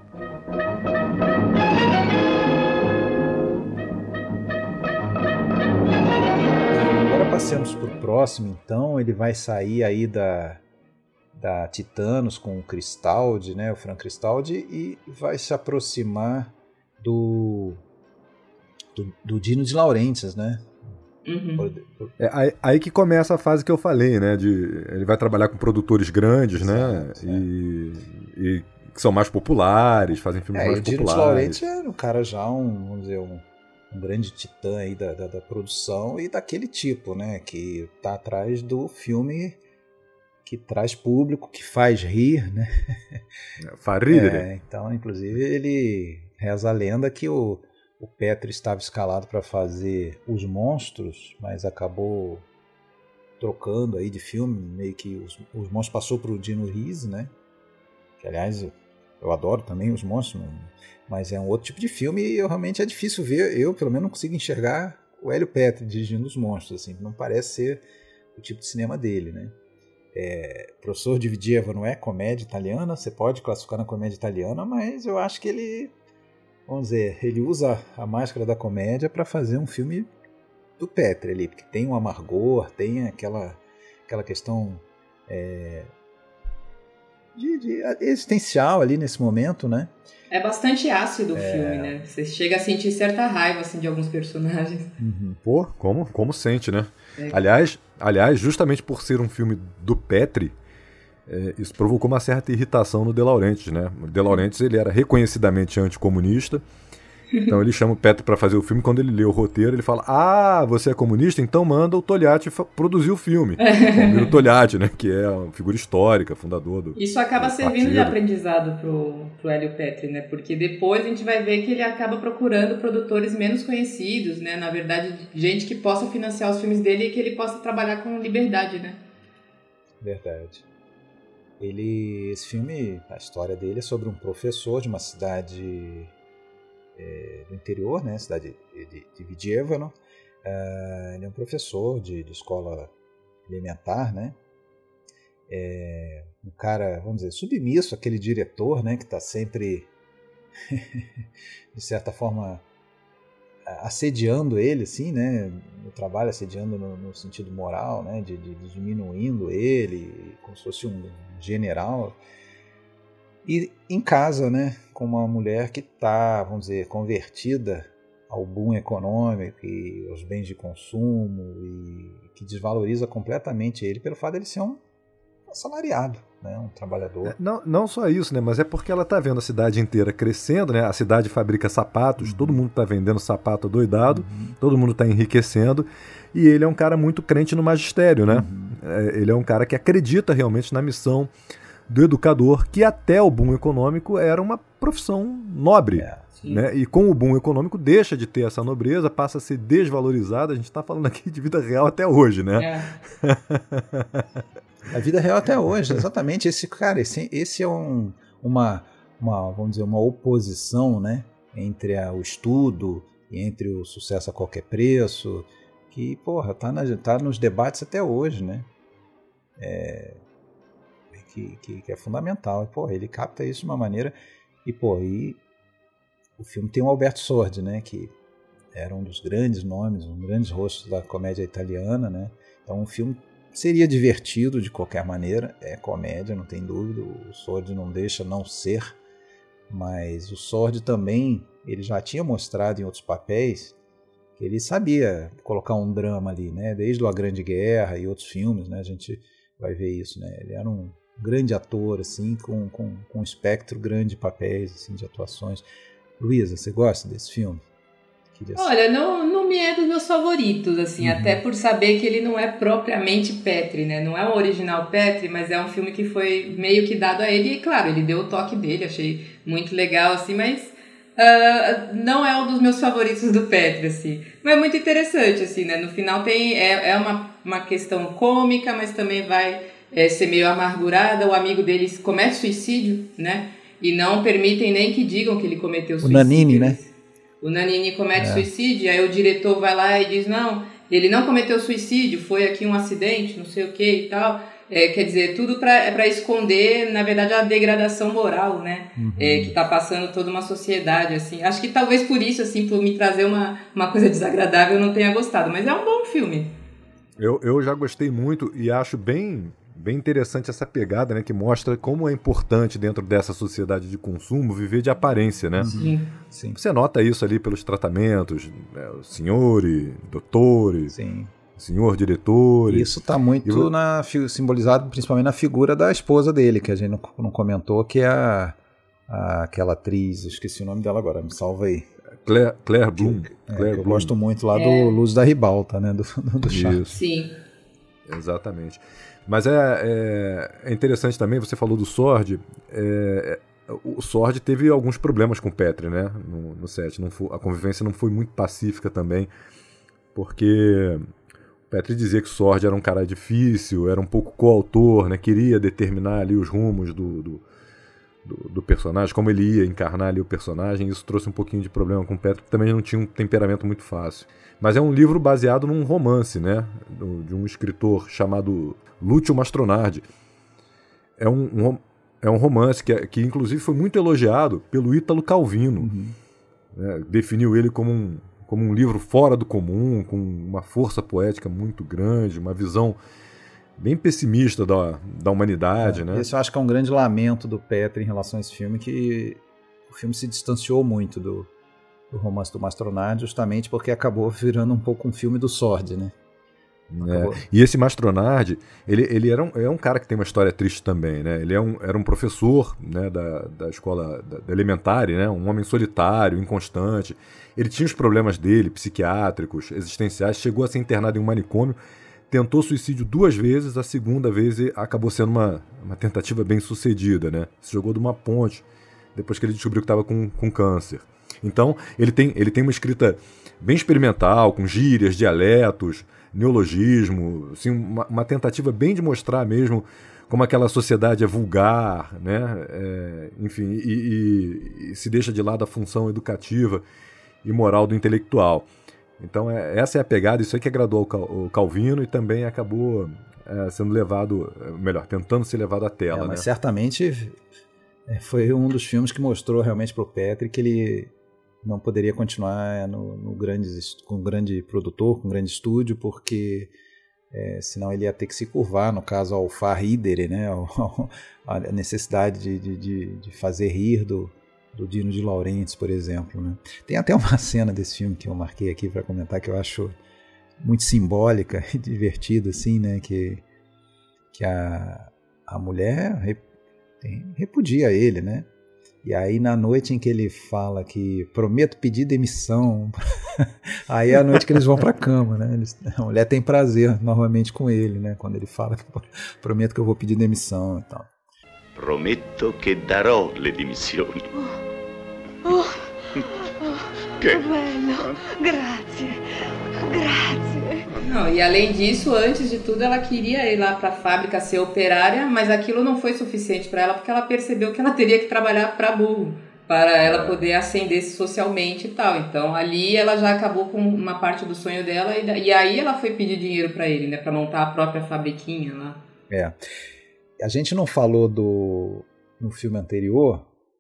Agora passemos para o próximo, então. Ele vai sair aí da, da Titanos com o Cristaldi, né, o Frank Cristaldi, e vai se aproximar do, do, do Dino de Laurentiis, né? Uhum. É aí, aí que começa a fase que eu falei, né? De, ele vai trabalhar com produtores grandes, exato, né? E, e que são mais populares, fazem filmes é, mais o Dino populares. De Laurentiis era um cara já, um, vamos dizer, um, um grande titã aí da, da, da produção e daquele tipo, né? Que tá atrás do filme que traz público, que faz rir, né? Faz rir, é, né? Então, inclusive, ele reza a lenda que o O Petri estava escalado para fazer Os Monstros, mas acabou trocando aí de filme, meio que Os, os Monstros passou para o Dino Risi, né? Que, aliás, eu, eu adoro também Os Monstros, mas é um outro tipo de filme e eu, realmente é difícil ver, eu pelo menos não consigo enxergar o Hélio Petri dirigindo Os Monstros, assim, não parece ser o tipo de cinema dele, né? É, Professor Dividieva não é comédia italiana, você pode classificar na comédia italiana, mas eu acho que ele... Vamos dizer, ele usa a máscara da comédia para fazer um filme do Petri ali, porque tem um amargor, tem aquela, aquela questão é, de, de existencial ali nesse momento, né? É bastante ácido o é... filme, né? Você chega a sentir certa raiva assim, de alguns personagens. Uhum. Pô, como, como sente, né? É. Aliás, aliás, justamente por ser um filme do Petri, É, isso provocou uma certa irritação no De Laurentiis, né? O De Laurentiis, ele era reconhecidamente anticomunista, então ele chama o Petri para fazer o filme. Quando ele lê o roteiro, ele fala: ah, você é comunista? Então manda o Togliatti produzir o filme. O Togliatti, né? Que é uma figura histórica, fundador do Isso acaba do servindo partido. de aprendizado pro, pro Hélio Petri, né? Porque depois a gente vai ver que ele acaba procurando produtores menos conhecidos, né? Na verdade, gente que possa financiar os filmes dele e que ele possa trabalhar com liberdade, né? Verdade. Ele, esse filme, a história dele é sobre um professor de uma cidade é, do interior, né, cidade de, de Vidievano. Uh, ele é um professor de, de escola elementar, né, é, um cara, vamos dizer, submisso àquele diretor, né, que está sempre, de certa forma, assediando ele, assim, né, no trabalho, assediando no, no sentido moral, né, de, de, de diminuindo ele, como se fosse um general, e em casa, né, com uma mulher que está, vamos dizer, convertida ao boom econômico e aos bens de consumo e que desvaloriza completamente ele pelo fato de ele ser um assalariado, né, um trabalhador. É, não, não só isso, né, mas é porque ela está vendo a cidade inteira crescendo, né, a cidade fabrica sapatos, uhum. todo mundo está vendendo sapato doidado, uhum. todo mundo está enriquecendo, e ele é um cara muito crente no magistério, né? Uhum. É, ele é um cara que acredita realmente na missão do educador, que até o boom econômico era uma profissão nobre. É, né? E com o boom econômico deixa de ter essa nobreza, passa a ser desvalorizada. A gente está falando aqui de vida real até hoje, né? É. A vida real até hoje, exatamente. Esse cara, esse, esse é um, uma, uma, vamos dizer, uma oposição, né, entre a, o estudo e entre o sucesso a qualquer preço, que, porra, tá, na, tá nos debates até hoje, né? É, que, que, que é fundamental. E, porra, ele capta isso de uma maneira... E, pô, e o filme tem o Alberto Sordi, né, que era um dos grandes nomes, um dos grandes rostos da comédia italiana, né? Então o filme seria divertido de qualquer maneira, é comédia, não tem dúvida, o Sordi não deixa não ser, mas o Sordi também, ele já tinha mostrado em outros papéis que ele sabia colocar um drama ali, né? Desde o A Grande Guerra e outros filmes, né? A gente vai ver isso, né? Ele era um grande ator, assim, com, com, com um espectro grande de papéis, assim, de atuações. Luísa, você gosta desse filme? Queria... Olha, não, não me é dos meus favoritos, assim, uhum. Até por saber que ele não é propriamente Petri, né? Não é um original Petri, mas é um filme que foi meio que dado a ele, e claro, ele deu o toque dele, achei muito legal, assim, mas uh, não é um dos meus favoritos do Petri, assim. Mas é muito interessante, assim, né? No final tem, é, é uma, uma questão cômica, mas também vai é, ser meio amargurada. O amigo dele comete suicídio, né? E não permitem nem que digam que ele cometeu suicídio. O Nanini, né? O Nanini comete é. suicídio, aí o diretor vai lá e diz, não, ele não cometeu suicídio, foi aqui um acidente, não sei o que e tal. É, quer dizer, tudo para esconder, na verdade, a degradação moral, né? Uhum. É, que está passando toda uma sociedade, assim. Acho que talvez por isso, assim, por me trazer uma, uma coisa desagradável, eu não tenha gostado. Mas é um bom filme. Eu, eu já gostei muito e acho bem... Bem interessante essa pegada, né, que mostra como é importante dentro dessa sociedade de consumo viver de aparência, né? Sim. Sim. Você nota isso ali pelos tratamentos, né, senhores, doutores, Sim. senhor diretores. Isso está muito eu... na, simbolizado principalmente na figura da esposa dele, que a gente não, não comentou, que é a, a, aquela atriz, esqueci o nome dela agora, me salva aí. Claire, Claire Bloom. É, Claire eu Bloom. gosto muito lá é. do Luz da Ribalta, né, do, do Chaves. Sim. Exatamente. Mas é, é, é interessante também, você falou do Sword, é, o Sword teve alguns problemas com o Petri, né, no, no set, não foi, a convivência não foi muito pacífica também, porque o Petri dizia que o Sword era um cara difícil, era um pouco coautor, né, queria determinar ali os rumos do, do, do, do personagem, como ele ia encarnar ali o personagem, isso trouxe um pouquinho de problema com o Petri, que também não tinha um temperamento muito fácil. Mas é um livro baseado num romance, né, de um escritor chamado Lúcio Mastronardi. É um, um, é um romance que, que, inclusive, foi muito elogiado pelo Ítalo Calvino. Uhum. Né, definiu ele como um, como um livro fora do comum, com uma força poética muito grande, uma visão bem pessimista da, da humanidade. É, né? Esse eu acho que é um grande lamento do Petri em relação a esse filme, que o filme se distanciou muito do, do romance do Mastronardi, justamente porque acabou virando um pouco um filme do Sword, né? É. E esse Mastronardi, ele, ele era um, é um cara que tem uma história triste também, né? Ele é um, era um professor, né, da, da escola da, da elementar, né? Um homem solitário, inconstante. Ele tinha os problemas dele, psiquiátricos, existenciais, chegou a ser internado em um manicômio, tentou suicídio duas vezes, a segunda vez acabou sendo uma, uma tentativa bem sucedida, né? Se jogou de uma ponte, depois que ele descobriu que estava com, com câncer. Então, ele tem, ele tem uma escrita bem experimental, com gírias, dialetos, neologismo, assim, uma, uma tentativa bem de mostrar mesmo como aquela sociedade é vulgar, né? É, enfim, e, e, e se deixa de lado a função educativa e moral do intelectual. Então, é, essa é a pegada, isso aí que agradou o Calvino e também acabou é, sendo levado, melhor, tentando ser levado à tela. É, mas né? certamente foi um dos filmes que mostrou realmente para o Petri que ele não poderia continuar no, no grande, com um grande produtor, com um grande estúdio, porque é, senão ele ia ter que se curvar, no caso, ao Faridere, né, a necessidade de, de, de fazer rir do, do Dino de Laurentiis, por exemplo. Né. Tem até uma cena desse filme que eu marquei aqui para comentar, que eu acho muito simbólica e divertida, assim, né, que, que a, a mulher rep, tem, repudia ele, né? E aí, na noite em que ele fala que prometo pedir demissão, aí é a noite que eles vão para a cama, né? Eles, a mulher tem prazer novamente com ele, né? Quando ele fala que prometo que eu vou pedir demissão e tal. Prometto che darò le dimissioni. Oh, oh, oh, che bello, grazie, grazie. Não, e além disso, antes de tudo, ela queria ir lá para a fábrica ser operária, mas aquilo não foi suficiente para ela, porque ela percebeu que ela teria que trabalhar para burro, para ela poder ascender-se socialmente e tal. Então, ali ela já acabou com uma parte do sonho dela, e, e aí ela foi pedir dinheiro para ele, né, para montar a própria fabriquinha lá. É. A gente não falou do no filme anterior,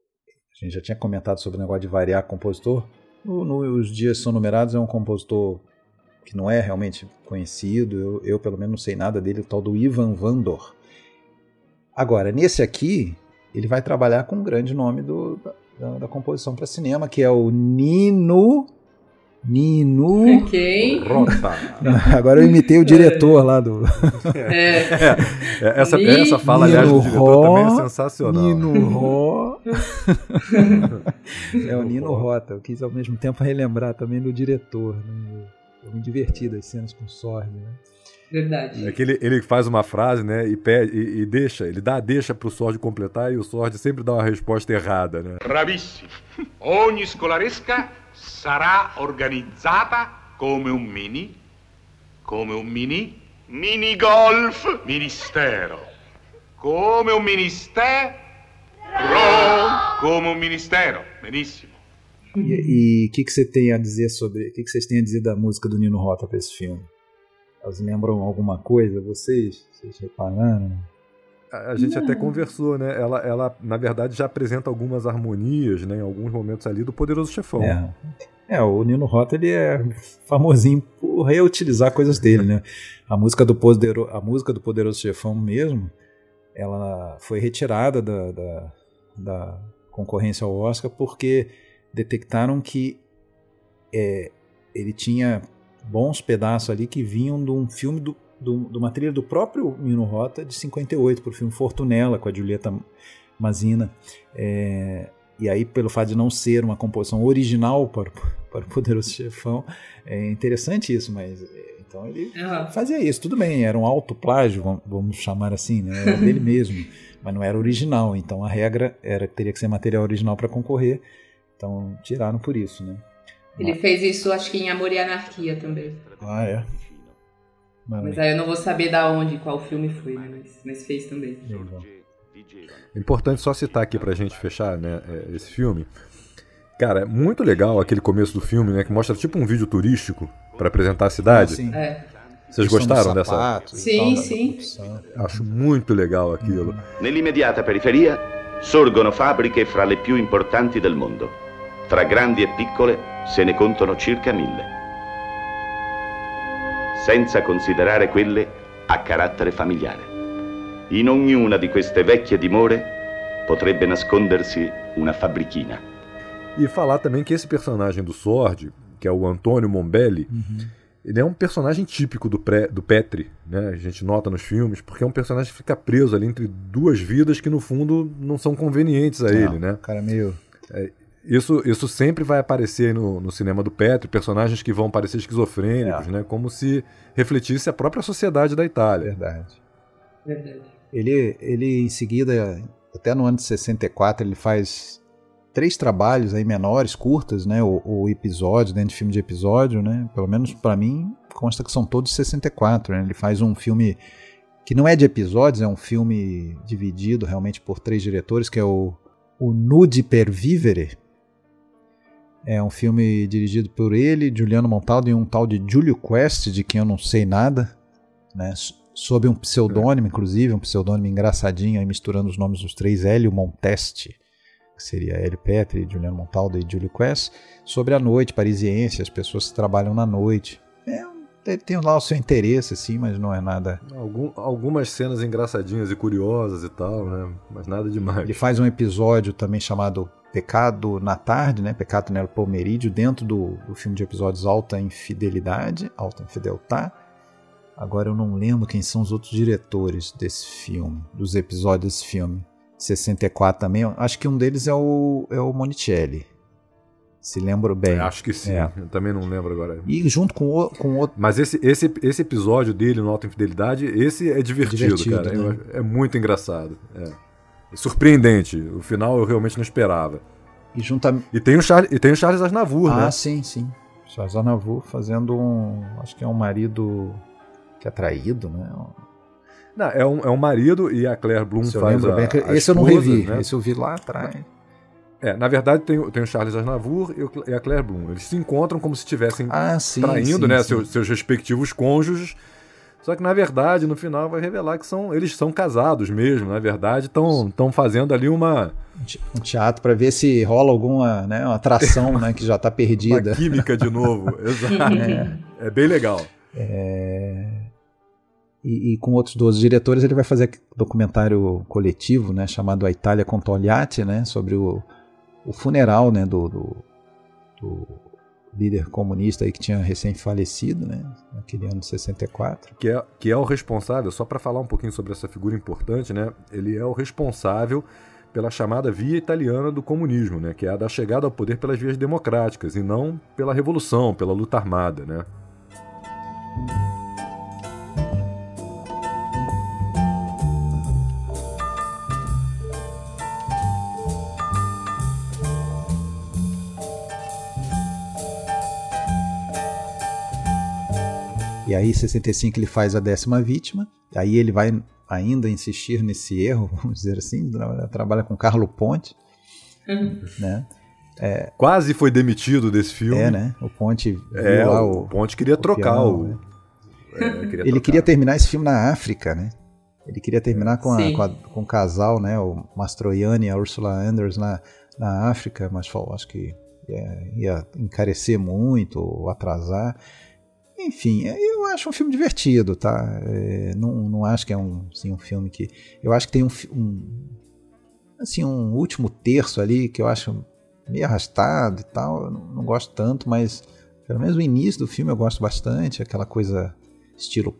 a gente já tinha comentado sobre o negócio de variar compositor. No, no Os Dias São Numerados é um compositor que não é realmente conhecido, eu, eu pelo menos não sei nada dele, o tal do Ivan Vandor. Agora, nesse aqui, ele vai trabalhar com um grande nome do, da, da composição para cinema, que é o Nino Nino Quem? Rota. Agora eu imitei o diretor lá do... É. É, é, essa, Ni- essa fala, aliás, do diretor Ro, também é sensacional. Nino Ro. É o Nino Rota. Eu quis ao mesmo tempo relembrar também do diretor. Né? Eu me diverti das cenas com Sorge, né? Verdade. É que ele, ele faz uma frase, né, e, pede, e, e deixa, ele dá a deixa pro Sorge completar e o Sorge sempre dá uma resposta errada, né? Bravissimo. Ogni scolaresca sarà organizzata come un mini, come un mini, mini golf ministero, come un ministero, come un ministero. Benissimo. E o que, que você tem a dizer sobre... O que, que vocês têm a dizer da música do Nino Rota para esse filme? Elas lembram alguma coisa? Vocês? Vocês repararam? A, a gente Não. até conversou, né? Ela, ela, na verdade, já apresenta algumas harmonias, né? Em alguns momentos ali do Poderoso Chefão. É, é o Nino Rota, ele é famosinho por reutilizar coisas dele, né? A música do Poderoso, a música do Poderoso Chefão mesmo, ela foi retirada da, da, da concorrência ao Oscar porque detectaram que é, ele tinha bons pedaços ali que vinham de um filme, do, do, de uma trilha do próprio Nino Rota de cinquenta e oito, para o filme Fortunella, com a Giulietta Masina. É, e aí, pelo fato de não ser uma composição original para, para o Poderoso Chefão, é interessante isso, mas... Então ele uhum. fazia isso, tudo bem, era um autoplágio, vamos chamar assim, né? Era dele mesmo, mas não era original, então a regra era que teria que ser material original para concorrer, então tiraram por isso, né? Ele mas... fez isso, acho que em Amor e Anarquia também. Ah, é? Mas, mas aí eu não vou saber da onde, qual filme foi, né? mas, mas fez também. É importante só citar aqui pra gente fechar, né, esse filme. Cara, é muito legal aquele começo do filme, né, que mostra tipo um vídeo turístico para apresentar a cidade. Ah, sim. É. Vocês gostaram dessa? Sim, sim. Acho muito legal aquilo. Nell'immediata periferia sorgono fabbriche fra le più importanti del mondo. Tra grandi e piccole se ne contano circa mille. Senza considerare quelle a carattere familiare. In ognuna di queste vecchie dimore potrebbe nascondersi una fabbrichina. E falar também que esse personagem do Sorge, que é o Antônio Mombelli, uhum. ele é um personagem típico do, pré, do Petri, né? A gente nota nos filmes, porque é um personagem que fica preso ali entre duas vidas que no fundo não são convenientes a não, ele, né? O cara é meio... É, isso, isso sempre vai aparecer no, no cinema do Petri, personagens que vão parecer esquizofrênicos, é. né? Como se refletisse a própria sociedade da Itália. Verdade. Verdade. Ele, ele em seguida, até no ano de sessenta e quatro, ele faz três trabalhos aí menores, curtas, né? O, o episódio, dentro de filme de episódio, né? Pelo menos para mim, consta que são todos de sessenta e quatro, né? Ele faz um filme que não é de episódios, é um filme dividido realmente por três diretores, que é o, o Nude per Vivere. É um filme dirigido por ele, Giuliano Montaldo e um tal de Giulio Quest, de quem eu não sei nada, né? Sob um pseudônimo, inclusive, um pseudônimo engraçadinho, aí misturando os nomes dos três, Hélio Monteste, que seria Hélio Petri, Giuliano Montaldo e Giulio Quest, sobre a noite parisiense, as pessoas que trabalham na noite. É, tem lá o seu interesse, assim, mas não é nada... Algum, algumas cenas engraçadinhas e curiosas e tal, né? Mas nada demais. Ele faz um episódio também chamado Pecado na Tarde, né? Pecado nel Pomeriggio, dentro do, do filme de episódios Alta Infidelidade, Alta Infideltà. Agora eu não lembro quem são os outros diretores desse filme, dos episódios desse filme. sessenta e quatro também, acho que um deles é o, é o Monicelli, se lembro bem. É, acho que sim, é. Eu também não lembro agora. E junto com o com outro... Mas esse, esse, esse episódio dele no Alta Infidelidade, esse é divertido, divertido cara, né? é, é muito engraçado, é. É surpreendente, o final eu realmente não esperava. E, junta... e, tem, o Char... e tem o Charles Aznavour, ah, né? Ah, sim, sim. Charles Aznavour fazendo um, acho que é um marido... que é traído, né? Não, é um, é um marido e a Claire Bloom Esse faz a, bem, a Esse esposa, eu não revi, né? esse eu vi lá atrás. É, na verdade tem, tem o Charles Aznavour e a Claire Bloom. Eles se encontram como se estivessem ah, sim, traindo, sim, né, sim. Seus, seus respectivos cônjuges. Só que na verdade, no final, vai revelar que são, eles são casados mesmo. Na verdade, estão fazendo ali uma... um teatro para ver se rola alguma, né, uma atração né, que já está perdida. Uma química de novo, exato. É. É bem legal. É... E, e com outros doze diretores ele vai fazer um documentário coletivo, né, chamado A Itália con Togliatti, né, sobre o, o funeral, né, do, do, do líder comunista aí que tinha recém-falecido, né, naquele ano de sessenta e quatro. Que é, que é o responsável, só para falar um pouquinho sobre essa figura importante, né, ele é o responsável pela chamada via italiana do comunismo, né, que é a da chegada ao poder pelas vias democráticas e não pela revolução, pela luta armada, né. E aí, em sessenta e cinco, ele faz a décima vítima. Aí ele vai ainda insistir nesse erro, vamos dizer assim. Trabalha com Carlo Ponti. Uhum. Né? É, Quase foi demitido desse filme. É, né? O Ponti. É, lá o, o Ponti queria o trocar piano, o. né? É, queria ele trocar. queria terminar esse filme na África, né? Ele queria terminar com, a, com, a, com o casal, né? O Mastroianni e a Ursula Andress na, na África, mas falou, acho que ia, ia encarecer muito, ou atrasar. Enfim, eu acho um filme divertido, tá? É, não, não acho que é um, assim, um filme que... Eu acho que tem um, um, assim, um último terço ali que eu acho meio arrastado e tal. Eu não, não gosto tanto, mas pelo menos o início do filme eu gosto bastante. Aquela coisa estilo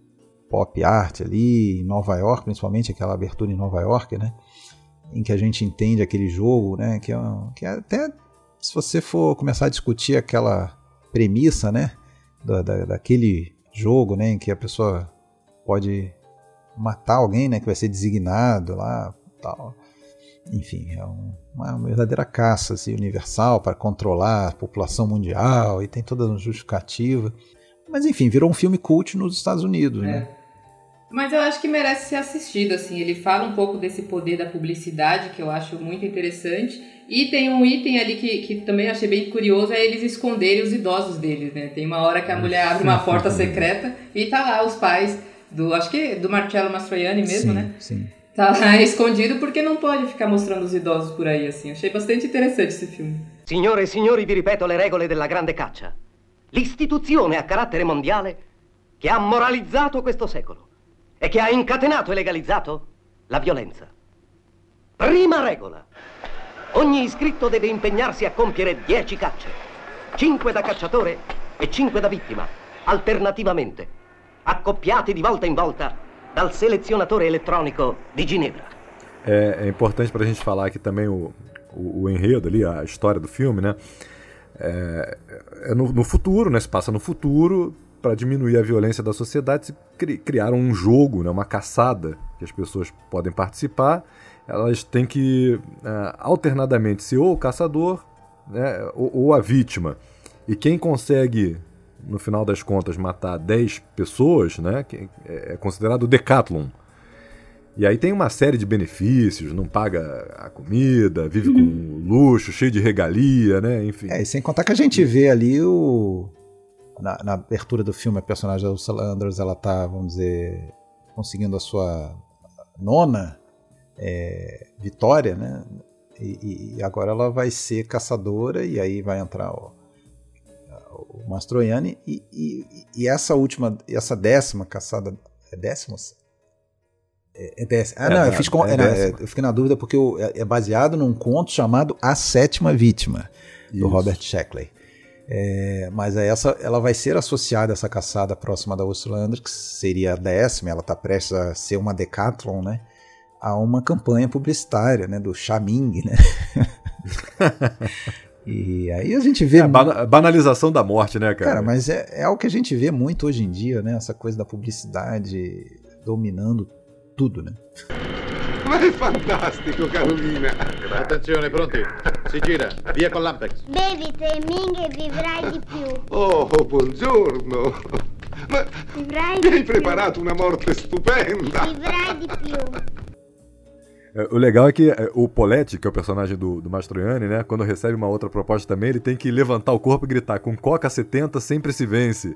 pop art ali, em Nova York, principalmente aquela abertura em Nova York, né? Em que a gente entende aquele jogo, né? Que é, um, que é até, se você for começar a discutir aquela premissa, né? Da, da, daquele jogo, né, em que a pessoa pode matar alguém, né, que vai ser designado lá, tal. Enfim, é um, uma verdadeira caça assim, universal para controlar a população mundial e tem toda uma justificativa. Mas enfim, virou um filme cult nos Estados Unidos, é. né? Mas eu acho que merece ser assistido, assim. Ele fala um pouco desse poder da publicidade, que eu acho muito interessante. E tem um item ali que, que também achei bem curioso, é eles esconderem os idosos deles, né? Tem uma hora que a mulher abre uma porta secreta e tá lá os pais do, acho que do Marcello Mastroianni mesmo, sim, né? Sim. Tá lá escondido porque não pode ficar mostrando os idosos por aí, assim. Achei bastante interessante esse filme. Signore e signori, vi ripeto le regole della grande caccia. L'istituzione a carattere mondiale che ha moralizzato questo secolo e che ha incatenato e legalizzato la violenza. Prima regola. Ogni iscritto deve impegnarsi a compiere dieci cacce, cinque da cacciatore e cinque da vittima, alternativamente, accoppiati di volta in volta dal selezionatore elettronico di Ginevra. É, é importante para a gente falar aqui também o, o, o enredo ali, a história do filme, né? É, é no, no futuro, né? Se passa no futuro, para diminuir a violência da sociedade, se cri, criaram um jogo, né? Uma caçada que as pessoas podem participar. Elas têm que uh, alternadamente ser ou o caçador, né, ou, ou a vítima. E quem consegue, no final das contas, matar dez pessoas, né, que é considerado o decathlon. E aí tem uma série de benefícios, não paga a comida, vive uhum. com luxo, cheio de regalia, né, enfim. É, e sem contar que a gente vê ali o... Na, na abertura do filme, a personagem da Ursula Andress, ela tá, vamos dizer, conseguindo a sua nona É, vitória, né? E, e agora ela vai ser caçadora e aí vai entrar o, o Mastroianni e, e, e essa última, essa décima caçada, é décima? É, é décima. Ah, é, não, eu, fiz com, é, é, eu fiquei na dúvida porque eu, é baseado num conto chamado A Sétima Vítima, do Isso. Robert Sheckley. É, mas essa, ela vai ser associada a essa caçada próxima da Ursula Andress, que seria a décima, ela está prestes a ser uma decathlon, né? A uma campanha publicitária, né, do Xaming, né? E aí a gente vê... É a banalização da morte, né, cara? Cara, mas é, é algo que a gente vê muito hoje em dia, né? Essa coisa da publicidade dominando tudo, né? Ma è fantastico, Carolina! Attenzione, pronti? Si gira, via con l'Ampex. Bevi tre minghe e vivrai di più. Oh, buongiorno! Ma vivrai mi di hai più. preparato una morte stupenda! Vivrai di più. O legal é que o Poletti, que é o personagem do, do Mastroianni, né, quando recebe uma outra proposta também, ele tem que levantar o corpo e gritar: com Coca setenta sempre se vence.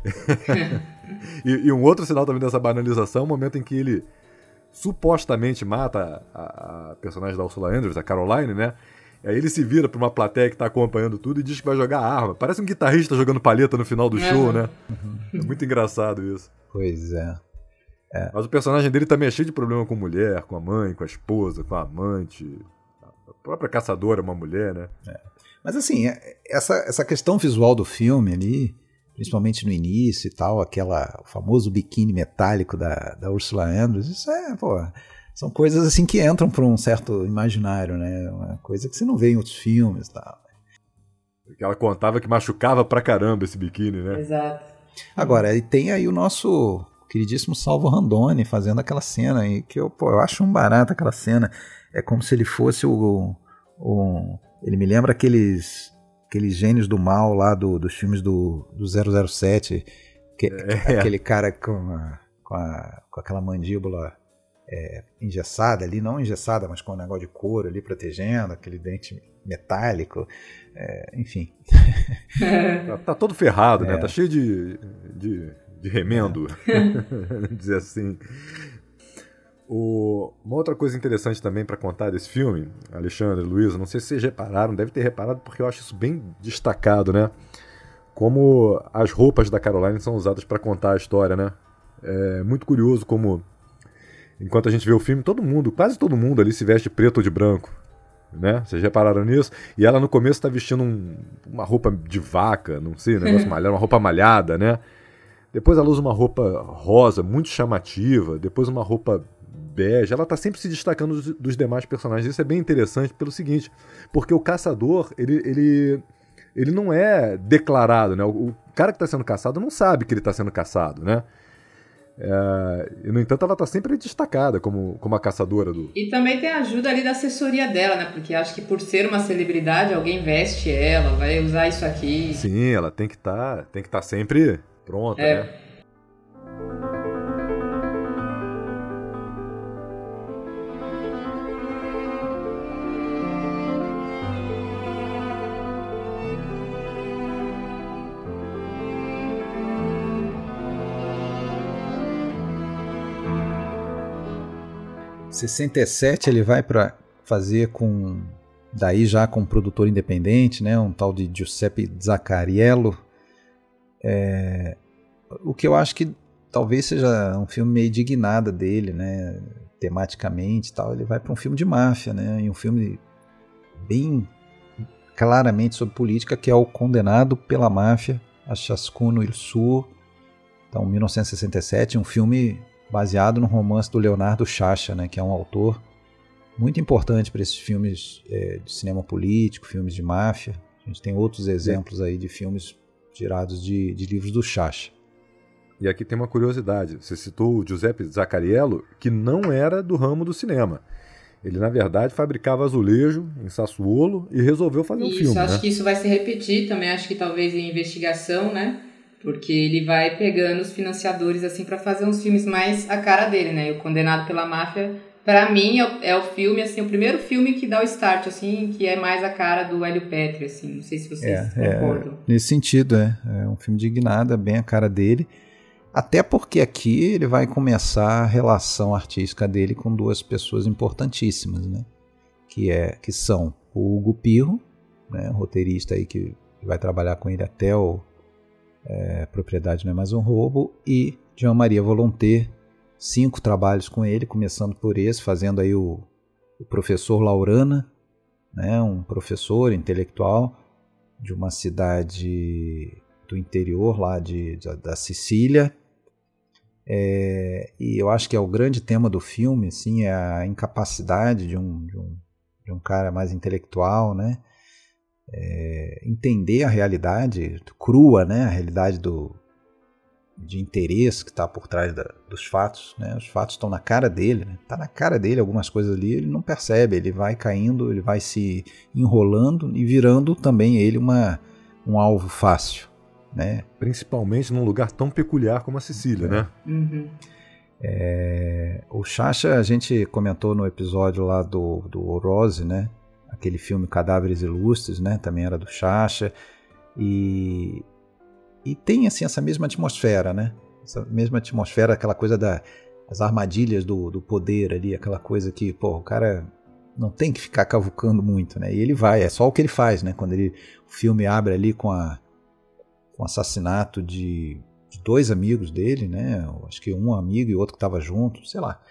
e, e um outro sinal também dessa banalização é o momento em que ele supostamente mata a, a personagem da Ursula Andress, a Caroline, né? E aí ele se vira pra uma plateia que tá acompanhando tudo e diz que vai jogar arma. Parece um guitarrista jogando palheta no final do show, uhum. né? É muito engraçado isso. Pois é. É. Mas o personagem dele também é cheio de problema com mulher, com a mãe, com a esposa, com a amante. própria caçadora é uma mulher, né? É. Mas assim, essa, essa questão visual do filme ali, principalmente no início e tal, aquela, o famoso biquíni metálico da, da Ursula Andress, isso é, pô, são coisas assim que entram para um certo imaginário, né? Uma coisa que você não vê em outros filmes e tal. Ela contava que machucava pra caramba esse biquíni, né? Exato. Agora, e tem aí o nosso queridíssimo Salvo Randone fazendo aquela cena aí, que eu, pô, eu acho um barato aquela cena. É como se ele fosse o... o ele me lembra aqueles, aqueles gênios do mal lá do, dos filmes do, do zero zero sete, que, é. Aquele cara com, a, com, a, com aquela mandíbula é, engessada ali, não engessada, mas com um negócio de couro ali protegendo, aquele dente metálico, é, enfim. Tá, tá todo ferrado, é. né? Tá cheio de, de, de remendo, é. dizer assim. O, uma outra coisa interessante também para contar desse filme, Alexandre, Luísa, não sei se vocês repararam, deve ter reparado porque eu acho isso bem destacado, né? Como as roupas da Caroline são usadas para contar a história, né? É muito curioso como, enquanto a gente vê o filme, todo mundo, quase todo mundo ali se veste preto ou de branco, né? Vocês repararam nisso? E ela no começo está vestindo um, uma roupa de vaca, não sei, um negócio malhado, uma roupa malhada, né? Depois ela usa uma roupa rosa, muito chamativa, depois uma roupa bege, ela tá sempre se destacando dos, dos demais personagens. Isso é bem interessante pelo seguinte, porque o caçador, ele, ele, ele não é declarado, né? O, o cara que está sendo caçado não sabe que ele está sendo caçado, né? É, e, no entanto, ela tá sempre destacada como, como a caçadora do... E também tem a ajuda ali da assessoria dela, né? Porque acho que por ser uma celebridade, alguém veste ela, vai usar isso aqui. Sim, ela tem que tá, tem que estar tá sempre pronta, é. né? sessenta e sete ele vai para fazer com, daí já com um produtor independente, né, um tal de Giuseppe Zacariello, é, o que eu acho que talvez seja um filme meio de guinada dele, né, tematicamente e tal. Ele vai para um filme de máfia, né, e um filme bem claramente sobre política, que é o Condenado pela Máfia, a Ciascuno il Suo, então mil novecentos e sessenta e sete, um filme baseado no romance do Leonardo Sciascia, né, que é um autor muito importante para esses filmes é, de cinema político, filmes de máfia. A gente tem outros exemplos aí de filmes tirados de, de livros do Sciascia. E aqui tem uma curiosidade, você citou o Giuseppe Zacariello, que não era do ramo do cinema. Ele, na verdade, fabricava azulejo em Sassuolo e resolveu fazer isso, um filme. Acho né? que isso vai se repetir também, acho que talvez em investigação, né? Porque ele vai pegando os financiadores assim para fazer uns filmes mais a cara dele, né? E o Condenado pela Máfia, para mim, é o, é o filme, assim, o primeiro filme que dá o start, assim, que é mais a cara do Hélio Petri, assim. Não sei se vocês é, concordam. É, nesse sentido, é. É um filme de guinada, bem a cara dele. Até porque aqui ele vai começar a relação artística dele com duas pessoas importantíssimas, né? Que, é, que são o Hugo Pirro, né? Um roteirista aí que vai trabalhar com ele até o É, Propriedade Não é Mais um Roubo, e Jean-Marie Volonté, cinco trabalhos com ele, começando por esse, fazendo aí o, o professor Laurana, né, um professor intelectual de uma cidade do interior lá de, de, da Sicília, é, e eu acho que é o grande tema do filme, assim, é a incapacidade de um, de um, de um cara mais intelectual, né, É, entender a realidade crua, né? A realidade do, de interesse que está por trás da, dos fatos, né? Os fatos estão na cara dele, né? Tá na cara dele algumas coisas ali, ele não percebe, ele vai caindo, ele vai se enrolando e virando também ele uma, um alvo fácil, né? Principalmente num lugar tão peculiar como a Sicília, é. né? Uhum. É, o Sciascia, a gente comentou no episódio lá do, do Rose, né? Aquele filme Cadáveres Ilustres, né? Também era do Sciascia. E, e tem assim, essa mesma atmosfera, né? Essa mesma atmosfera, aquela coisa da, das armadilhas do, do poder ali, aquela coisa que, pô, o cara não tem que ficar cavucando muito, né? E ele vai, é só o que ele faz, né? Quando ele, o filme abre ali com, a, com o assassinato de, de dois amigos dele, né? Acho que um amigo e outro que estava junto, sei lá.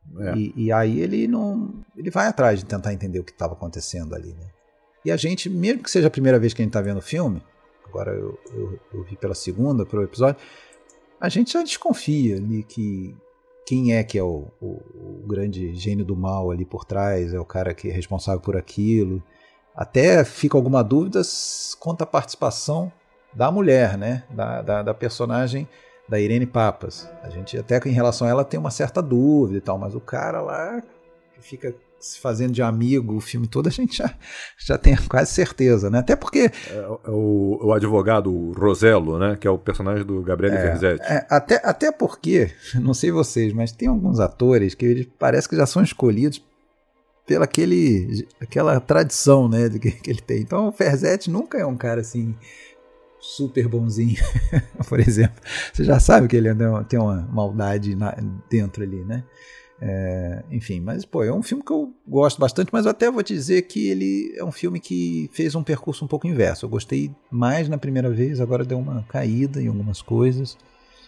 É. E, e aí ele não, ele vai atrás de tentar entender o que estava acontecendo ali, né? E a gente, mesmo que seja a primeira vez que a gente está vendo o filme, agora eu, eu, eu vi pela segunda, pelo episódio, a gente já desconfia ali que quem é que é o, o, o grande gênio do mal ali por trás, é o cara que é responsável por aquilo. Até fica alguma dúvida quanto à participação da mulher, né? Da, da, da personagem da Irene Papas. A gente até em relação a ela tem uma certa dúvida e tal, mas o cara lá que fica se fazendo de amigo o filme todo, a gente já, já tem quase certeza, né? Até porque... É, o, o advogado Rosello, né? Que é o personagem do Gabriele é, Ferzetti. É, até, até porque, não sei vocês, mas tem alguns atores que eles parece que já são escolhidos pela aquele, aquela tradição, né? Que, que ele tem. Então o Ferzetti nunca é um cara assim super bonzinho, por exemplo. Você já sabe que ele tem uma maldade na, dentro ali, né? É, enfim, mas pô, é um filme que eu gosto bastante, mas eu até vou dizer que ele é um filme que fez um percurso um pouco inverso. Eu gostei mais na primeira vez, agora deu uma caída em algumas coisas,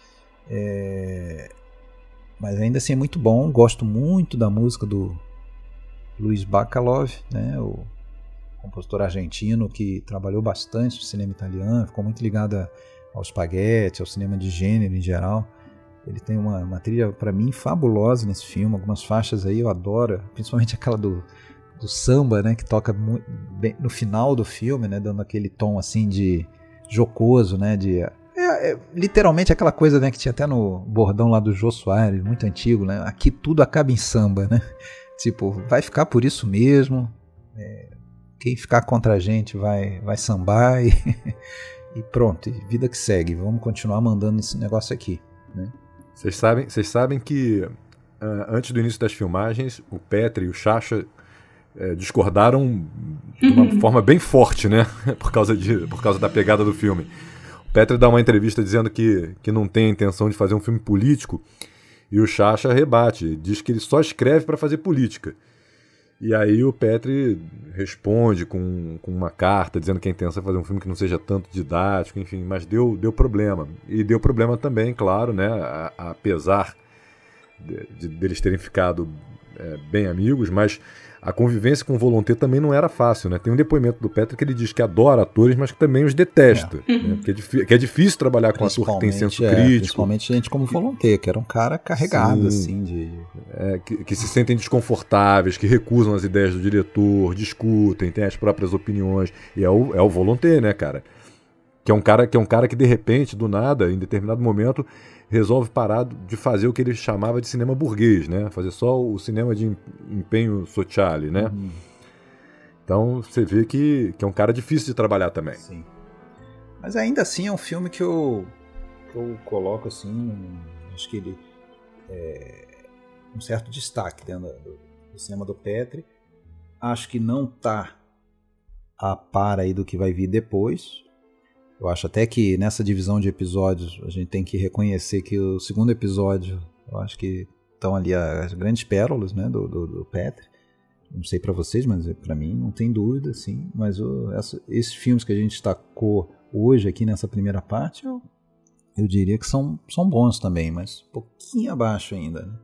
é, mas ainda assim é muito bom. Gosto muito da música do Luiz Bacalov, né, o compositor argentino que trabalhou bastante no cinema italiano, ficou muito ligado ao spaghetti, ao cinema de gênero em geral. Ele tem uma, uma trilha, para mim, fabulosa nesse filme. Algumas faixas aí eu adoro, principalmente aquela do, do samba, né, que toca muito bem no final do filme, né, dando aquele tom assim de jocoso, né, de é, é, literalmente aquela coisa, né, que tinha até no bordão lá do Jô Soares, muito antigo, né, aqui tudo acaba em samba, né, tipo, vai ficar por isso mesmo, é, quem ficar contra a gente vai, vai sambar e, e pronto, e vida que segue, vamos continuar mandando esse negócio aqui, né. Vocês sabem, vocês sabem que uh, antes do início das filmagens, o Petri e o Chacha uh, discordaram de uma forma bem forte, né? por, causa de, por causa da pegada do filme. O Petri dá uma entrevista dizendo que, que não tem a intenção de fazer um filme político, e o Chacha rebate, diz que ele só escreve para fazer política. E aí o Petri responde com, com uma carta dizendo que a intenção é fazer um filme que não seja tanto didático, enfim, mas deu, deu problema. E deu problema também, claro, né, a, a, apesar de, de, deles terem ficado é, bem amigos, mas a convivência com o Volonté também não era fácil, né? Tem um depoimento do Petri que ele diz que adora atores, mas que também os detesta, é. Né? Porque é, que é difícil trabalhar com um ator que tem senso é, crítico. Principalmente gente como Volonté, que era um cara carregado, Sim. assim, de... É, que, que se sentem desconfortáveis, que recusam as ideias do diretor, discutem, têm as próprias opiniões. E é o, é o Volonté, né, cara? Que é um cara que é um cara que, de repente, do nada, em determinado momento, resolve parar de fazer o que ele chamava de cinema burguês, né? Fazer só o cinema de empenho sociale, né? Uhum. Então você vê que, que é um cara difícil de trabalhar também. Sim. Mas ainda assim é um filme que eu, que eu coloco assim, acho que ele é um certo destaque dentro do, do cinema do Petri. Acho que não está a par aí do que vai vir depois. Eu acho até que nessa divisão de episódios a gente tem que reconhecer que o segundo episódio, eu acho que estão ali as grandes pérolas, né, do, do, do Petri. Não sei para vocês, mas para mim não tem dúvida, sim. Mas o, essa, esses filmes que a gente destacou hoje aqui nessa primeira parte, eu, eu diria que são, são bons também, mas um pouquinho abaixo ainda, né?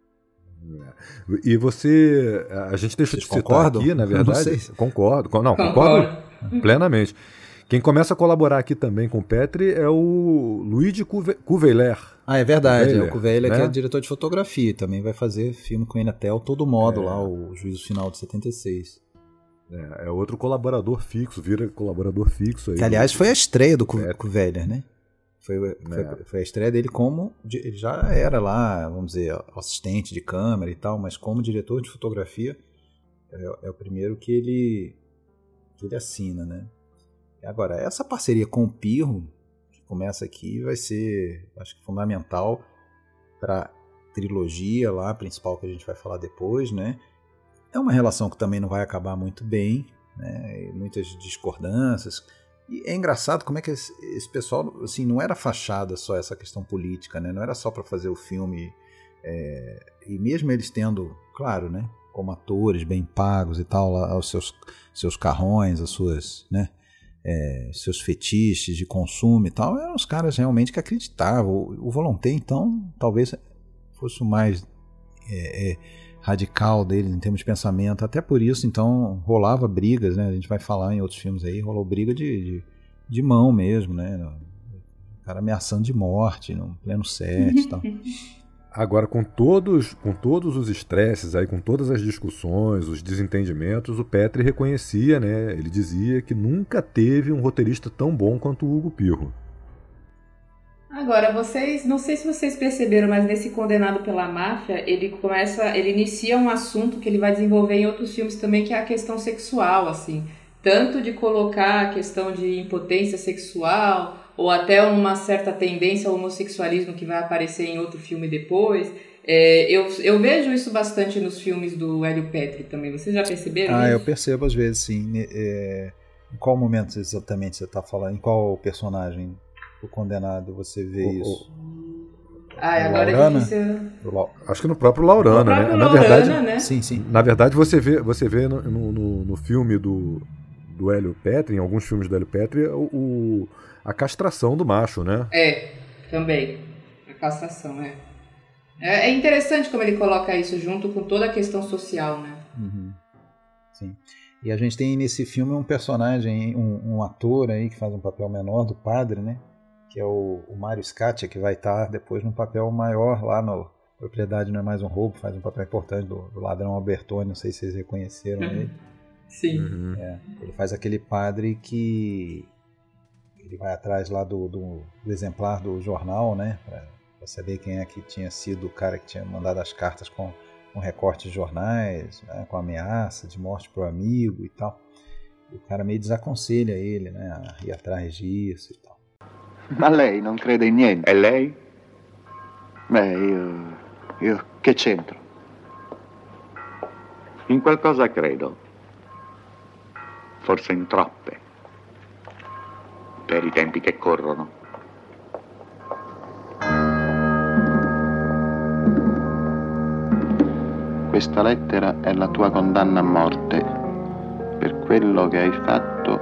E você, a gente deixa Vocês de citar concordam? aqui, na verdade, não concordo, não, concordo plenamente. Quem começa a colaborar aqui também com o Petri é o Luigi Cuveiler. Ah, é verdade, Cuveiler, é o Cuveiler, né? Que é diretor de fotografia, também vai fazer filme com ele até o Todo Modo, é. lá, o Juízo Final de setenta e seis. É, é outro colaborador fixo, vira colaborador fixo. Aí, que, aliás, foi a estreia do Cuveiler, né? Foi, foi, é. foi a estreia dele como... Ele já era lá, vamos dizer, assistente de câmera e tal, mas como diretor de fotografia é, é o primeiro que ele, que ele assina, né? Agora, essa parceria com o Pirro, que começa aqui, vai ser, acho que, fundamental para a trilogia lá, principal que a gente vai falar depois, né? É uma relação que também não vai acabar muito bem, né? Muitas discordâncias. E é engraçado como é que esse, esse pessoal, assim, não era fachada só essa questão política, né? Não era só para fazer o filme, é, e mesmo eles tendo, claro, né, como atores bem pagos e tal, lá, os seus, seus carrões, as suas, né, É, seus fetiches de consumo e tal, eram os caras realmente que acreditavam. O, o Volonté, então, talvez fosse o mais é, é, radical dele em termos de pensamento. Até por isso, então, rolava brigas, né? A gente vai falar em outros filmes aí, rolou briga de, de, de mão mesmo, né? O cara ameaçando de morte no pleno set e tal. Agora, com todos, com todos os estresses aí, com todas as discussões, os desentendimentos, o Petri reconhecia, né? Ele dizia que nunca teve um roteirista tão bom quanto o Hugo Pirro. Agora, vocês, não sei se vocês perceberam, mas nesse Condenado pela Máfia, ele começa, ele inicia um assunto que ele vai desenvolver em outros filmes também, que é a questão sexual, assim. Tanto de colocar a questão de impotência sexual, ou até uma certa tendência ao homossexualismo que vai aparecer em outro filme depois. É, eu, eu vejo isso bastante nos filmes do Hélio Petri também. Vocês já perceberam ah, isso? Ah, eu percebo às vezes, sim. É, em qual momento exatamente você está falando? Em qual personagem do Condenado você vê o, isso? Ah, agora Laurana? É difícil. Acho que no próprio Laurana, no próprio né? Laurana, na verdade, né? Sim, sim. Na verdade, você vê, você vê no, no, no filme do, do Hélio Petri, em alguns filmes do Hélio Petri, o, o, a castração do macho, né? É, também. A castração, é. é. É interessante como ele coloca isso junto com toda a questão social, né? Uhum. Sim. E a gente tem nesse filme um personagem, um, um ator aí que faz um papel menor do padre, né? Que é o, o Mário Scaccia, que vai estar depois num papel maior lá no Propriedade Não é Mais um Roubo, faz um papel importante do, do ladrão Albertoni, não sei se vocês reconheceram uhum. ele. Sim. Uhum. É, ele faz aquele padre que ele vai atrás lá do, do, do exemplar do jornal, né, para saber quem é que tinha sido o cara que tinha mandado as cartas com, com recortes de jornais, né, com ameaça de morte pro amigo e tal. E o cara meio desaconselha ele, né, a ir atrás disso e tal. Ma lei non crede in niente? E lei? Beh, io... io che c'entro? In qualcosa credo. Forse in troppe. Per i tempi che corrono. Questa lettera è la tua condanna a morte. Per quello che hai fatto...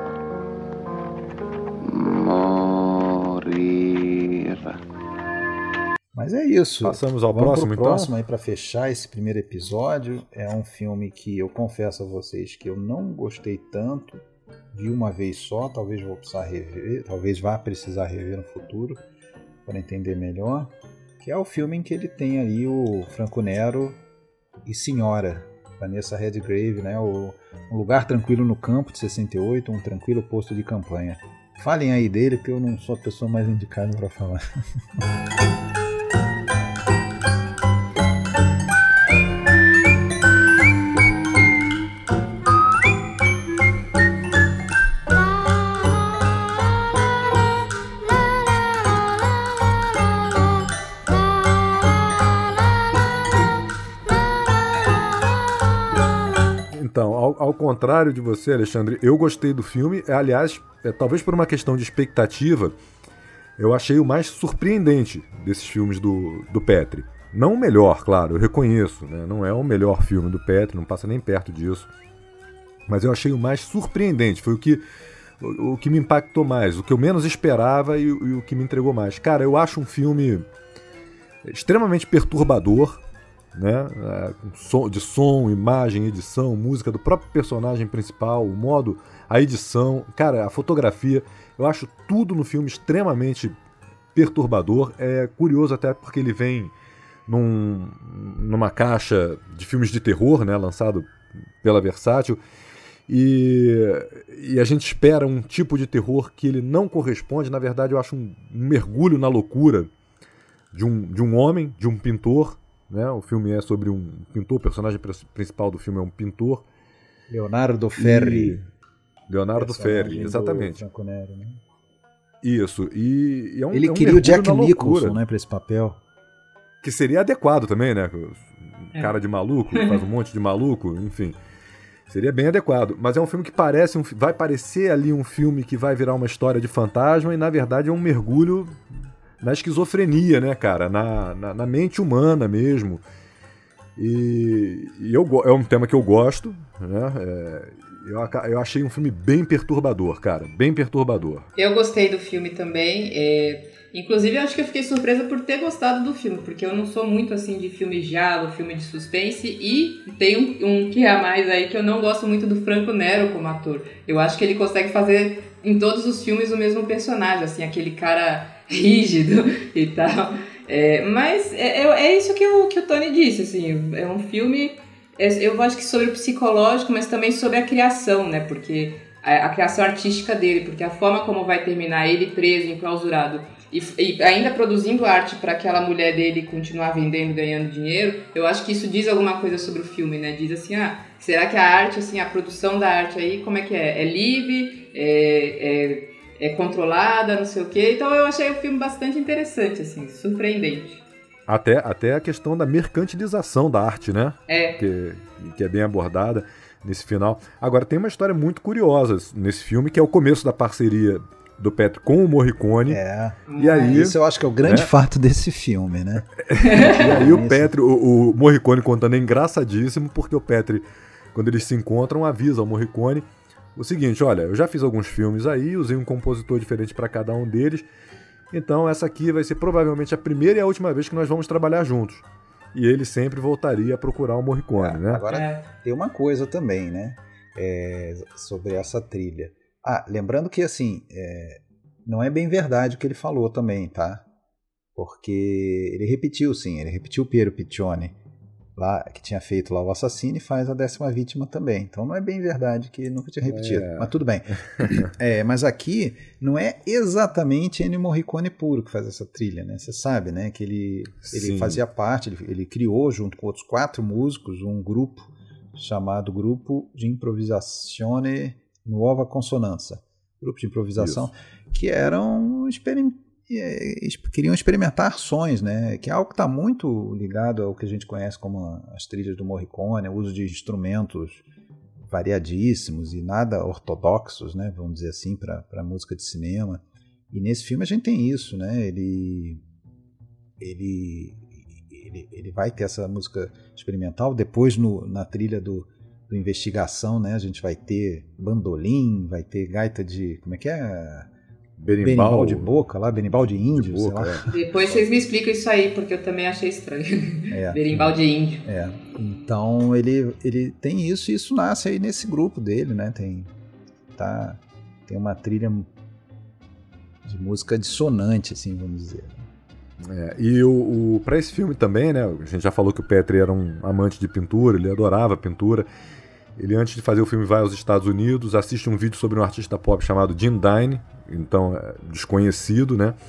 Mas é isso. Passamos ao Vamos próximo, pro próximo então? aí para fechar esse primeiro episódio. É um filme que eu confesso a vocês que eu não gostei tanto. Vi uma vez só, talvez vou precisar rever, talvez vá precisar rever no futuro para entender melhor. Que é o filme em que ele tem ali o Franco Nero e Senhora, Vanessa Redgrave, né? O Um Lugar Tranquilo no Campo, de sessenta e oito, um tranquilo posto de campanha. Falem aí dele, que eu não sou a pessoa mais indicada para falar. Então, ao, ao contrário de você, Alexandre, eu gostei do filme. Aliás, é, talvez por uma questão de expectativa, eu achei o mais surpreendente desses filmes do, do Petri. Não o melhor, claro, eu reconheço, né? Não é o melhor filme do Petri, não passa nem perto disso. Mas eu achei o mais surpreendente, foi o que, o, o que me impactou mais, o que eu menos esperava e, e o que me entregou mais. Cara, eu acho um filme extremamente perturbador, né? De som, imagem, edição, música do próprio personagem principal, o modo, a edição, cara, a fotografia, eu acho tudo no filme extremamente perturbador. É curioso até porque ele vem num, numa caixa de filmes de terror, né, lançado pela Versátil, e, e a gente espera um tipo de terror que ele não corresponde. Na verdade, eu acho um, um mergulho na loucura de um, de um homem, de um pintor. Né? O filme é sobre um pintor, o personagem principal do filme é um pintor. Leonardo Ferri. E... Leonardo Ferri, exatamente. Franco Nero, né? Isso, e, e é um Ele é um queria o Jack na Nicholson, né, para esse papel. Que seria adequado também, né? É. Cara de maluco, faz um monte de maluco, enfim. Seria bem adequado. Mas é um filme que parece um, vai parecer ali um filme que vai virar uma história de fantasma e, na verdade, é um mergulho na esquizofrenia, né, cara? Na, na, na mente humana mesmo. E, e eu, é um tema que eu gosto, né? É, Eu, eu achei um filme bem perturbador, cara. Bem perturbador. Eu gostei do filme também. É... Inclusive, eu acho que eu fiquei surpresa por ter gostado do filme, porque eu não sou muito assim de filme de giallo, filme de suspense, e tem um, um que a mais aí que eu não gosto muito do Franco Nero como ator. Eu acho que ele consegue fazer em todos os filmes o mesmo personagem, assim, aquele cara rígido e tal. É, mas é, é isso que o, que o Tony disse, assim, é um filme, é, eu acho que sobre o psicológico, mas também sobre a criação, né, porque a, a criação artística dele, porque a forma como vai terminar ele preso, enclausurado, e, e ainda produzindo arte para aquela mulher dele continuar vendendo, ganhando dinheiro, eu acho que isso diz alguma coisa sobre o filme, né, diz assim, ah, será que a arte, assim, a produção da arte aí, como é que é? É livre? É... é é controlada, não sei o quê. Então eu achei o filme bastante interessante, assim, surpreendente. Até, até a questão da mercantilização da arte, né? É. Que, que é bem abordada nesse final. Agora, tem uma história muito curiosa nesse filme, que é o começo da parceria do Petri com o Morricone. É. E aí, isso eu acho que é o grande né? fato desse filme, né? E aí o Petri, o, o Morricone contando é engraçadíssimo, porque o Petri, quando eles se encontram, avisa ao Morricone o seguinte: olha, eu já fiz alguns filmes aí, usei um compositor diferente para cada um deles, então essa aqui vai ser provavelmente a primeira e a última vez que nós vamos trabalhar juntos. E ele sempre voltaria a procurar o Morricone, é, né? Agora, é. tem uma coisa também, né? É, sobre essa trilha. Ah, lembrando que, assim, é, não é bem verdade o que ele falou também, tá? Porque ele repetiu, sim, ele repetiu o Piero Piccioni, lá, que tinha feito lá o Assassino, e faz a Décima Vítima também. Então não é bem verdade que nunca tinha repetido, é. Mas tudo bem. É, mas aqui não é exatamente Ennio Morricone puro que faz essa trilha, né? Você sabe, né? Que ele, ele fazia parte, ele, ele criou junto com outros quatro músicos um grupo chamado Grupo de Improvisazione Nuova Consonanza. Grupo de improvisação. Isso. Que eram experimentos. Queriam experimentar sons, né? Que é algo que está muito ligado ao que a gente conhece como as trilhas do Morricone, o uso de instrumentos variadíssimos e nada ortodoxos, né? Vamos dizer assim, para a música de cinema. E nesse filme a gente tem isso, né? Ele, ele, ele, ele vai ter essa música experimental. Depois, no, na trilha do, do Investigação, né? A gente vai ter bandolim, vai ter gaita de... Como é que é? Berimbau, berimbau de boca lá, berimbau de índio, de boca, sei lá. É. Depois vocês me explicam isso aí, porque eu também achei estranho. É. Berimbau de índio. É. Então ele, ele tem isso, e isso nasce aí nesse grupo dele, né? Tem, tá, tem uma trilha de música dissonante, assim, vamos dizer. É, e o, o, para esse filme também, né? A gente já falou que o Petri era um amante de pintura, ele adorava pintura. Ele, antes de fazer o filme, vai aos Estados Unidos, assiste um vídeo sobre um artista pop chamado Jim Dine, então é desconhecido, né?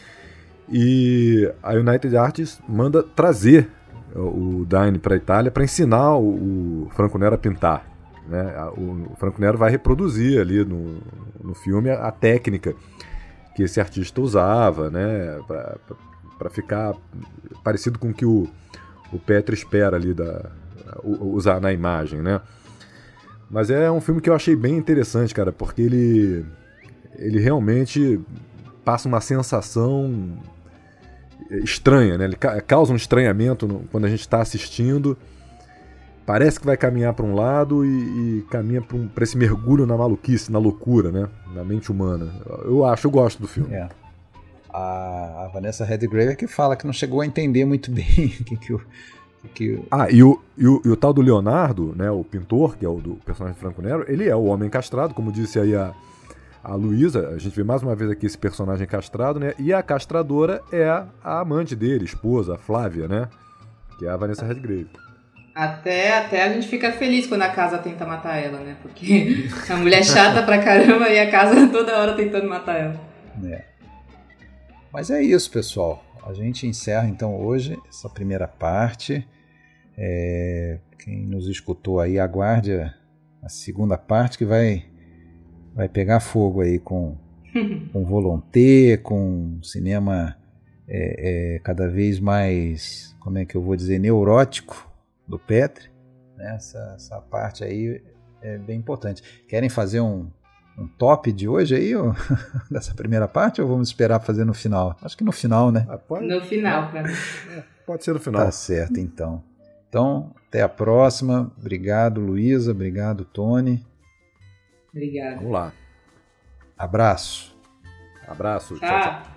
E a United Artists manda trazer o Dine para a Itália para ensinar o Franco Nero a pintar, né? O Franco Nero vai reproduzir ali no, no filme a, a técnica que esse artista usava, né? Para ficar parecido com o que o, o Petri espera ali da, usar na imagem, né? Mas é um filme que eu achei bem interessante, cara, porque ele, ele realmente passa uma sensação estranha, né? Ele causa um estranhamento no, quando a gente está assistindo. Parece que vai caminhar para um lado e, e caminha para um, esse mergulho na maluquice, na loucura, né? Na mente humana. Eu acho, eu gosto do filme. É. A, a Vanessa Redgrave que fala que não chegou a entender muito bem o que, que o... Que... Ah, e o, e, o, e o tal do Leonardo, né, o pintor, que é o do personagem de Franco Nero, ele é o homem castrado, como disse aí a, a Luísa. A gente vê mais uma vez aqui esse personagem castrado, né? E a castradora é a, a amante dele, esposa, a Flávia, né? Que é a Vanessa Redgrave. Até, até a gente fica feliz quando a casa tenta matar ela, né? Porque a mulher é chata pra caramba e a casa toda hora tentando matar ela. É. Mas é isso, pessoal. A gente encerra então hoje essa primeira parte. É, quem nos escutou aí, aguarde a, a segunda parte, que vai, vai pegar fogo aí com, com Volonté, com cinema é, é, cada vez mais, como é que eu vou dizer, neurótico do Petri. Né? Essa, essa parte aí é bem importante. Querem fazer um, um top de hoje aí, ou, dessa primeira parte, ou vamos esperar fazer no final? Acho que no final, né? Ah, pode... No final, cara. É, pode ser no final. Tá certo, então. Então, até a próxima. Obrigado, Luísa. Obrigado, Tony. Obrigada. Vamos lá. Abraço. Abraço. Tchau, tchau. tchau. tchau.